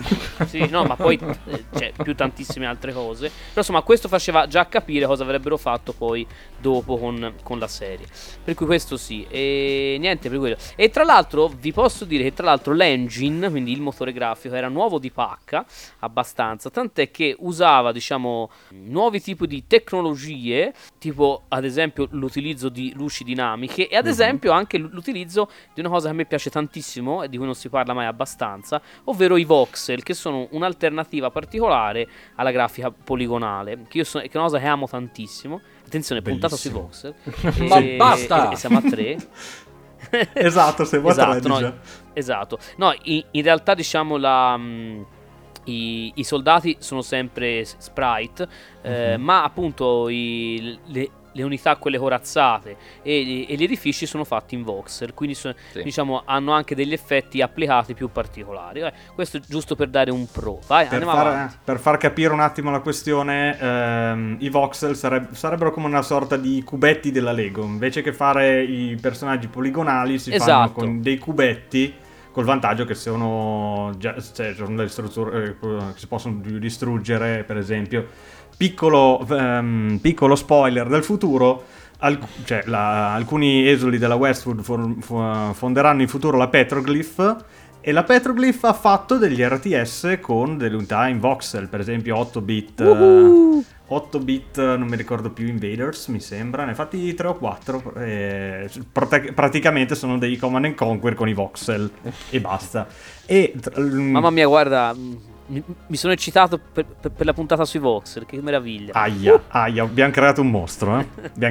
Speaker 2: ma poi c'è più tantissime altre cose. Però insomma, questo faceva già capire cosa avrebbero fatto poi dopo con la serie. Per cui questo sì. E niente per quello. E tra l'altro vi posso dire che l'engine, quindi il motore grafico, era nuovo di pacca abbastanza, tant'è che usava, diciamo, nuovi tipi di tecnologie, tipo ad esempio l'utilizzo di luci dinamiche e ad esempio anche l'utilizzo di una cosa che a me piace tantissimo e di cui non si parla mai abbastanza, ovvero i voxel, che sono un'alternativa particolare alla grafica poligonale, che è una cosa che amo tantissimo. Attenzione, puntata sui voxel.
Speaker 1: Ma basta!
Speaker 2: E siamo a 3.
Speaker 3: Esatto, siamo a 3.
Speaker 2: Esatto. No, in realtà, diciamo, i soldati sono sempre sprite, ma appunto le unità, quelle corazzate e gli edifici sono fatti in voxel, quindi diciamo hanno anche degli effetti applicati più particolari. Questo giusto per dare un pro. Vai,
Speaker 3: per far capire un attimo la questione, i voxel sarebbero come una sorta di cubetti della Lego. Invece che fare i personaggi poligonali si fanno con dei cubetti, col vantaggio che sono delle strutture che si possono distruggere. Per esempio, piccolo spoiler del futuro, alcuni esuli della Westwood fonderanno in futuro la Petroglyph, e la Petroglyph ha fatto degli RTS con delle unità in voxel, per esempio 8-bit 8-bit, non mi ricordo più, Invaders mi sembra, ne ha fatti 3 o 4, praticamente sono dei Command and Conquer con i voxel e basta.
Speaker 2: Mamma mia, guarda, mi sono eccitato per la puntata sui voxel, che meraviglia.
Speaker 3: Aia, abbiamo creato un mostro,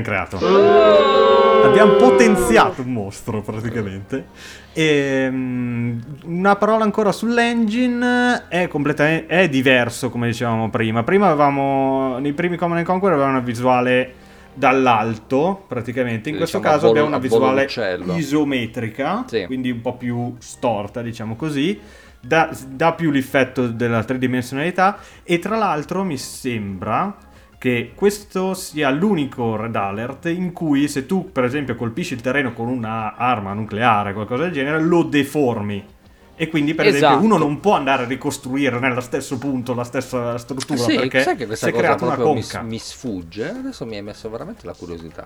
Speaker 3: abbiamo potenziato un mostro praticamente. E una parola ancora sull'engine. È diverso, come dicevamo prima avevamo, nei primi Command and Conquer avevamo una visuale dall'alto praticamente, in questo caso abbiamo una visuale isometrica, quindi un po' più storta, diciamo così. Dà più l'effetto della tridimensionalità, e tra l'altro mi sembra che questo sia l'unico Red Alert in cui, se tu per esempio colpisci il terreno con una arma nucleare, qualcosa del genere, lo deformi. E quindi per esempio uno non può andare a ricostruire nello stesso punto la stessa struttura, perché
Speaker 1: sai che questa
Speaker 3: si è creata una conca.
Speaker 1: Mi sfugge, adesso mi hai messo veramente la curiosità.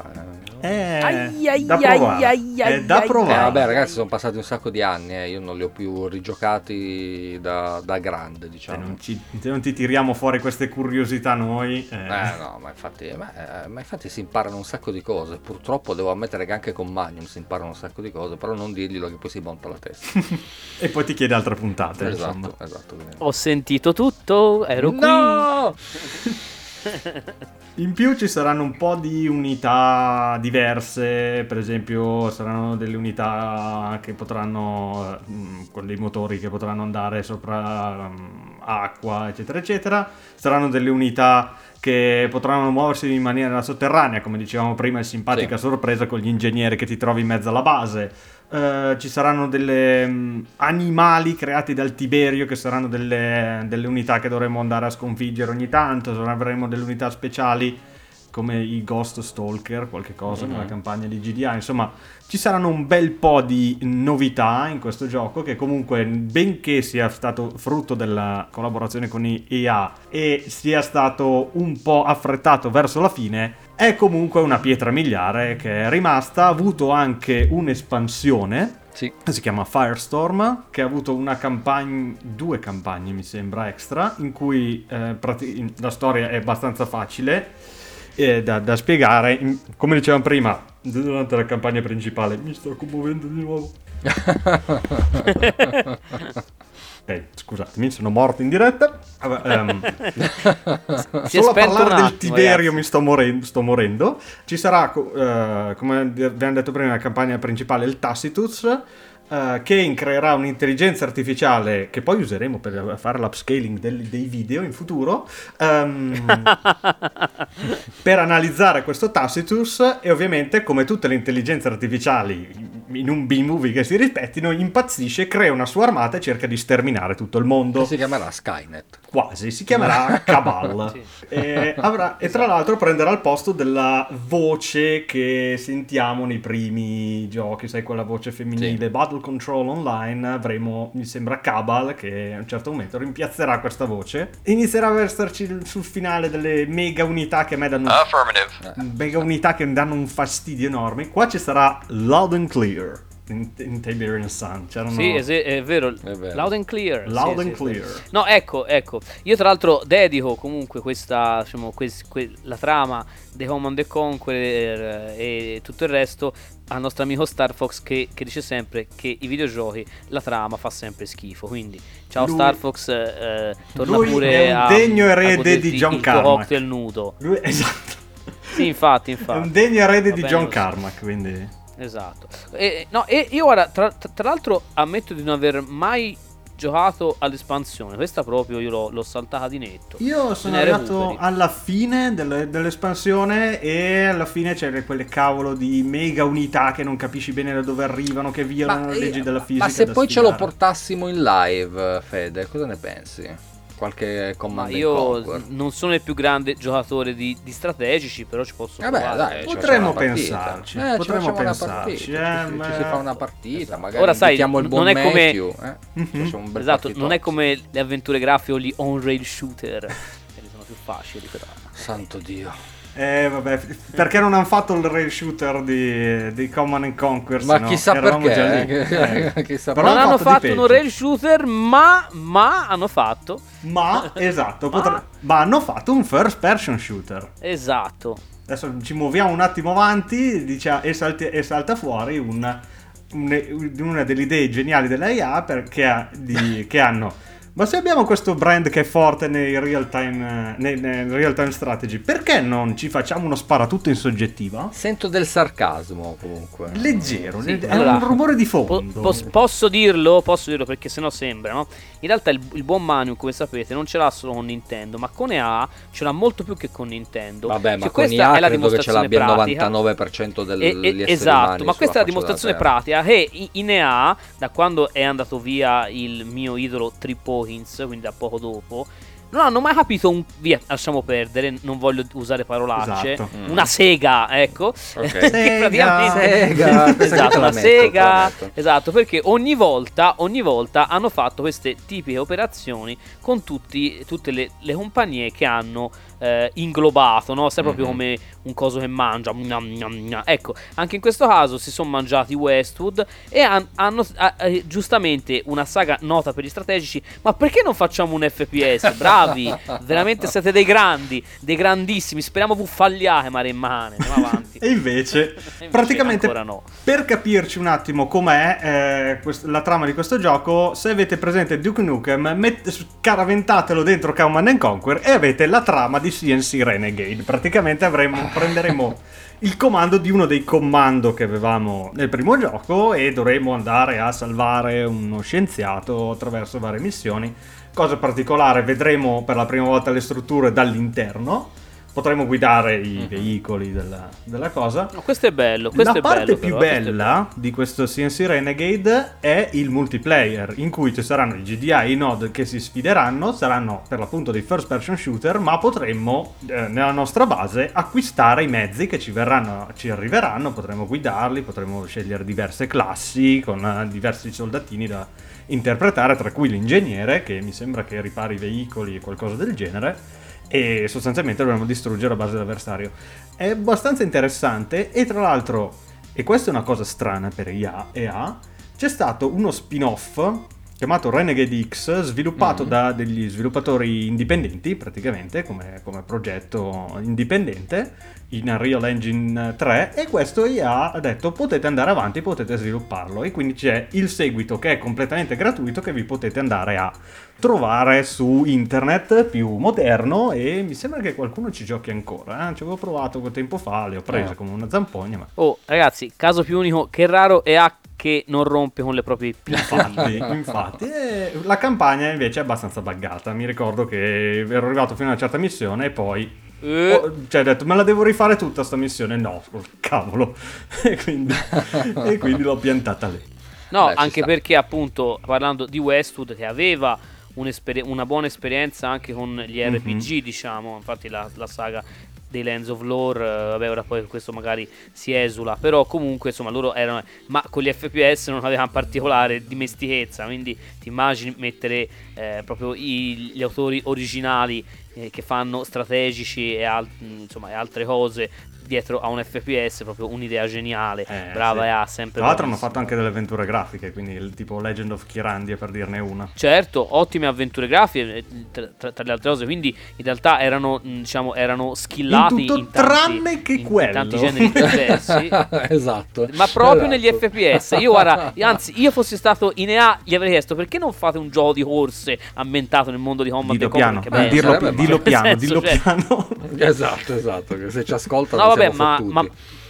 Speaker 3: Da provare.
Speaker 1: Vabbè ragazzi, sono passati un sacco di anni, io non li ho più rigiocati da grande, diciamo.
Speaker 3: Se non ti tiriamo fuori queste curiosità noi.
Speaker 1: No, ma infatti si imparano un sacco di cose. Purtroppo devo ammettere che anche con Magnum si imparano un sacco di cose, però non dirglielo che poi si monta la testa.
Speaker 3: E poi ti chiede altre puntate.
Speaker 1: Esatto.
Speaker 2: Ho sentito tutto, ero qui.
Speaker 3: In più ci saranno un po' di unità diverse, per esempio saranno delle unità che potranno, con dei motori che potranno andare sopra acqua, eccetera eccetera. Saranno delle unità che potranno muoversi in maniera sotterranea, come dicevamo prima, il simpatica sorpresa con gli ingegneri che ti trovi in mezzo alla base. Ci saranno delle animali creati dal Tiberio, che saranno delle unità che dovremo andare a sconfiggere ogni tanto. Avremo delle unità speciali come i Ghost Stalker, qualche cosa nella campagna di GDA. Insomma, ci saranno un bel po' di novità in questo gioco, che comunque, benché sia stato frutto della collaborazione con EA e sia stato un po' affrettato verso la fine, è comunque una pietra miliare che è rimasta. Ha avuto anche un'espansione, si chiama Firestorm, che ha avuto due campagne mi sembra extra, in cui la storia è abbastanza facile da spiegare. Come dicevamo prima, durante la campagna principale mi sto commuovendo di nuovo. Scusatemi, sono morto in diretta. Solo a parlare del Tiberio mi sto morendo. Ci sarà, come abbiamo detto prima, la campagna principale, il Tacitus, che creerà un'intelligenza artificiale che poi useremo per fare l'upscaling dei video in futuro, per analizzare questo Tacitus. E ovviamente, come tutte le intelligenze artificiali in un B-movie che si rispettino, impazzisce, crea una sua armata e cerca di sterminare tutto il mondo.
Speaker 1: Che si chiamerà Skynet.
Speaker 3: Quasi, si chiamerà Cabal. E tra l'altro prenderà il posto della voce che sentiamo nei primi giochi, sai, quella voce femminile, Battle Control Online. Avremo, mi sembra, Cabal, che a un certo momento rimpiazzerà questa voce. Inizierà a esserci sul finale delle mega unità che a me danno mega unità che danno un fastidio enorme. Qua ci sarà Loud and Clear in Tiberian Sun.
Speaker 2: Sì, è vero. Loud and Clear.
Speaker 3: Loud and Clear.
Speaker 2: No, ecco. Io tra l'altro dedico comunque questa, diciamo, la trama dei Command & Conquer e tutto il resto al nostro amico Star Fox, che dice sempre che i videogiochi, la trama fa sempre schifo. Quindi ciao Star Fox, torna pure
Speaker 3: è un degno erede di John Carmack.
Speaker 2: Cocktail nudo.
Speaker 3: Esatto.
Speaker 2: Sì, infatti.
Speaker 3: È un degno erede di John Carmack, quindi...
Speaker 2: Esatto. E io guarda, tra l'altro ammetto di non aver mai giocato all'espansione. Questa proprio io l'ho saltata di netto.
Speaker 3: Io sono arrivato alla fine dell'espansione e alla fine c'è quelle cavolo di mega unità che non capisci bene da dove arrivano, che violano le leggi della fisica.
Speaker 1: Ma se poi
Speaker 3: sfidare.
Speaker 1: ce lo portassimo in live, Fede, cosa ne pensi? Qualche Command and Conquer?
Speaker 2: Io non sono il più grande giocatore di strategici, però ci posso provare.
Speaker 1: Dai,
Speaker 3: potremmo pensarci.
Speaker 1: Potremmo
Speaker 3: pensarci.
Speaker 1: ci si fa una partita, magari
Speaker 2: ora sai,
Speaker 1: il buon
Speaker 2: non è come
Speaker 1: Matthew,
Speaker 2: esatto, non è come le avventure grafiche o gli on-rail shooter, che sono più facili però.
Speaker 1: Santo Dio.
Speaker 3: Vabbè, perché non hanno fatto il rail shooter di Command and Conquer?
Speaker 1: Ma chissà perché. Chissà
Speaker 2: però non hanno fatto un rail shooter, ma hanno fatto.
Speaker 3: Esatto, ma hanno fatto un first person shooter.
Speaker 2: Esatto.
Speaker 3: Adesso ci muoviamo un attimo avanti, e salta fuori una delle idee geniali dell'IA che hanno. Ma se abbiamo questo brand che è forte nei real time strategy, perché non ci facciamo uno sparatutto in soggettiva?
Speaker 1: Sento del sarcasmo comunque.
Speaker 3: Leggero,
Speaker 2: sì,
Speaker 3: è un rumore di fondo.
Speaker 2: Posso dirlo perché sennò sembra, no? In realtà il buon Manu, come sapete, non ce l'ha solo con Nintendo, ma con EA ce l'ha molto più che con Nintendo.
Speaker 1: Vabbè, ma
Speaker 2: cioè,
Speaker 1: con
Speaker 2: questa
Speaker 1: EA
Speaker 2: è la
Speaker 1: credo che ce l'abbia il
Speaker 2: pratica.
Speaker 1: 99% degli esseri
Speaker 2: esatto,
Speaker 1: umani
Speaker 2: ma questa è la
Speaker 1: sulla
Speaker 2: dimostrazione
Speaker 1: faccia della
Speaker 2: pratica che in EA, da quando è andato via il mio idolo Trippo Hawkins, quindi da poco dopo, non hanno mai capito via, lasciamo perdere, non voglio usare parolacce,
Speaker 3: esatto.
Speaker 2: Una sega, ecco.
Speaker 1: Okay.
Speaker 2: Che praticamente
Speaker 1: sega.
Speaker 2: esatto, una sega, esatto, perché ogni volta hanno fatto queste tipiche operazioni con tutte le compagnie che hanno inglobato, no? Sai, proprio come un coso che mangia. Ecco, anche in questo caso si sono mangiati Westwood e hanno giustamente una saga nota per gli strategici. Ma perché non facciamo un FPS? Bravi, veramente siete dei grandi, dei grandissimi. Speriamo vi falliate, mare in mane. Andiamo avanti.
Speaker 3: E invece praticamente
Speaker 2: no.
Speaker 3: Per capirci un attimo com'è la trama di questo gioco, se avete presente Duke Nukem, scaraventatelo dentro Command and Conquer e avete la trama di CNC Renegade. Praticamente prenderemo il comando di uno dei comando che avevamo nel primo gioco e dovremo andare a salvare uno scienziato attraverso varie missioni. Cosa particolare, vedremo per la prima volta le strutture dall'interno. Potremo guidare i veicoli della cosa.
Speaker 2: No, questo è bello.
Speaker 3: La parte più bella di questo CNC Renegade è il multiplayer, in cui ci saranno i GDI e i Nod che si sfideranno, saranno per l'appunto dei first person shooter, ma potremmo nella nostra base acquistare i mezzi che ci arriveranno, potremo guidarli, potremo scegliere diverse classi con diversi soldatini da interpretare, tra cui l'ingegnere, che mi sembra che ripari i veicoli e qualcosa del genere. E sostanzialmente dovremmo distruggere la base dell'avversario. È abbastanza interessante e tra l'altro, e questa è una cosa strana per EA, c'è stato uno spin-off chiamato Renegade X, sviluppato da degli sviluppatori indipendenti, praticamente come progetto indipendente in Unreal Engine 3, e questo EA ha detto potete andare avanti, potete svilupparlo, e quindi c'è il seguito che è completamente gratuito che vi potete andare a trovare su internet, più moderno, e mi sembra che qualcuno ci giochi ancora. Ci avevo provato quel tempo fa, le ho prese come una zampogna, ma...
Speaker 2: Oh ragazzi, caso più unico, che raro EA che non rompe con le proprie
Speaker 3: infatti la campagna invece è abbastanza buggata. Mi ricordo che ero arrivato fino a una certa missione e poi ho detto me la devo rifare tutta sta missione, no, cavolo. e quindi l'ho piantata lì.
Speaker 2: No, anche perché appunto parlando di Westwood, che aveva una buona esperienza anche con gli RPG, diciamo, infatti la saga dei Lands of Lore, vabbè, ora poi questo magari si esula, però comunque insomma loro erano, ma con gli FPS non avevano particolare dimestichezza, quindi ti immagini mettere proprio gli autori originali che fanno strategici e insomma, e altre cose dietro a un FPS, proprio un'idea geniale. Brava, sì. EA, sempre.
Speaker 3: Tra l'altro hanno fatto anche delle avventure grafiche, quindi il tipo Legend of Kyrandia, per dirne una.
Speaker 2: Certo, ottime avventure grafiche tra le altre cose, quindi in realtà erano skillati
Speaker 3: in tutto
Speaker 2: in tanti,
Speaker 3: tranne che quello.
Speaker 2: Tanti generi diversi.
Speaker 1: Esatto.
Speaker 2: Ma proprio negli FPS. Io guarda, anzi, io fossi stato in EA gli avrei chiesto perché non fate un gioco di corse ambientato nel mondo di Command and Conquer.
Speaker 3: Dillo piano.
Speaker 1: Esatto, che se ci ascoltano
Speaker 2: no, vabbè,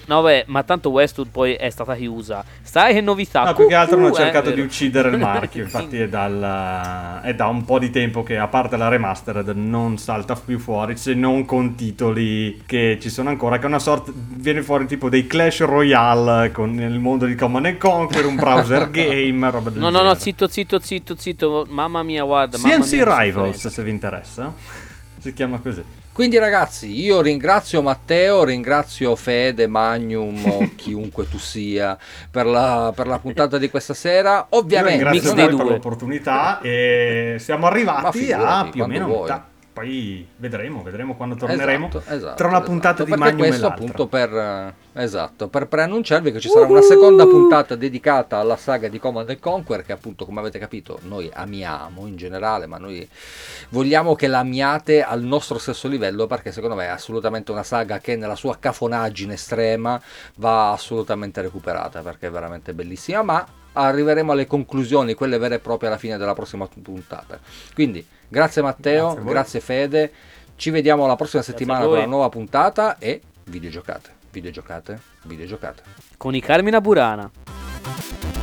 Speaker 2: No, beh, ma tanto Westwood poi è stata chiusa. Sai che novità?
Speaker 3: No, più che altro hanno cercato
Speaker 2: vero.
Speaker 3: di uccidere il marchio. Infatti è da un po' di tempo che, a parte la remastered, non salta più fuori, se non con titoli che ci sono ancora, che è una sorta, viene fuori tipo dei Clash Royale con il mondo di Command & Conquer, un browser game, roba del genere.
Speaker 2: No, zitto. Mamma mia, guarda.
Speaker 3: CNC
Speaker 2: mamma mia,
Speaker 3: Rivals, se vi interessa, si chiama così.
Speaker 1: Quindi ragazzi, io ringrazio Matteo, ringrazio Fede, Magnum o chiunque tu sia per la puntata di questa sera. Ovviamente
Speaker 3: Io ringrazio
Speaker 2: mix dei
Speaker 3: voi per
Speaker 2: due.
Speaker 3: l'opportunità e siamo
Speaker 1: Ma
Speaker 3: arrivati
Speaker 1: figurati,
Speaker 3: a più o
Speaker 1: quando
Speaker 3: meno
Speaker 1: vuoi.
Speaker 3: metà. Poi vedremo quando torneremo
Speaker 1: Esatto,
Speaker 3: tra una puntata di
Speaker 1: perché
Speaker 3: Magnum e
Speaker 1: questo
Speaker 3: l'altra.
Speaker 1: appunto per preannunciarvi che ci sarà una seconda puntata dedicata alla saga di Command & Conquer, che appunto, come avete capito, noi amiamo in generale, ma noi vogliamo che l'amiate al nostro stesso livello, perché secondo me è assolutamente una saga che nella sua cafonaggine estrema va assolutamente recuperata, perché è veramente bellissima, ma arriveremo alle conclusioni, quelle vere e proprie, alla fine della prossima puntata. Quindi grazie Matteo,
Speaker 3: Grazie a voi.
Speaker 1: grazie Fede, ci vediamo la prossima settimana
Speaker 2: a
Speaker 1: con
Speaker 2: voi.
Speaker 1: la nuova puntata e videgiocate.
Speaker 2: Con i Carmina Burana.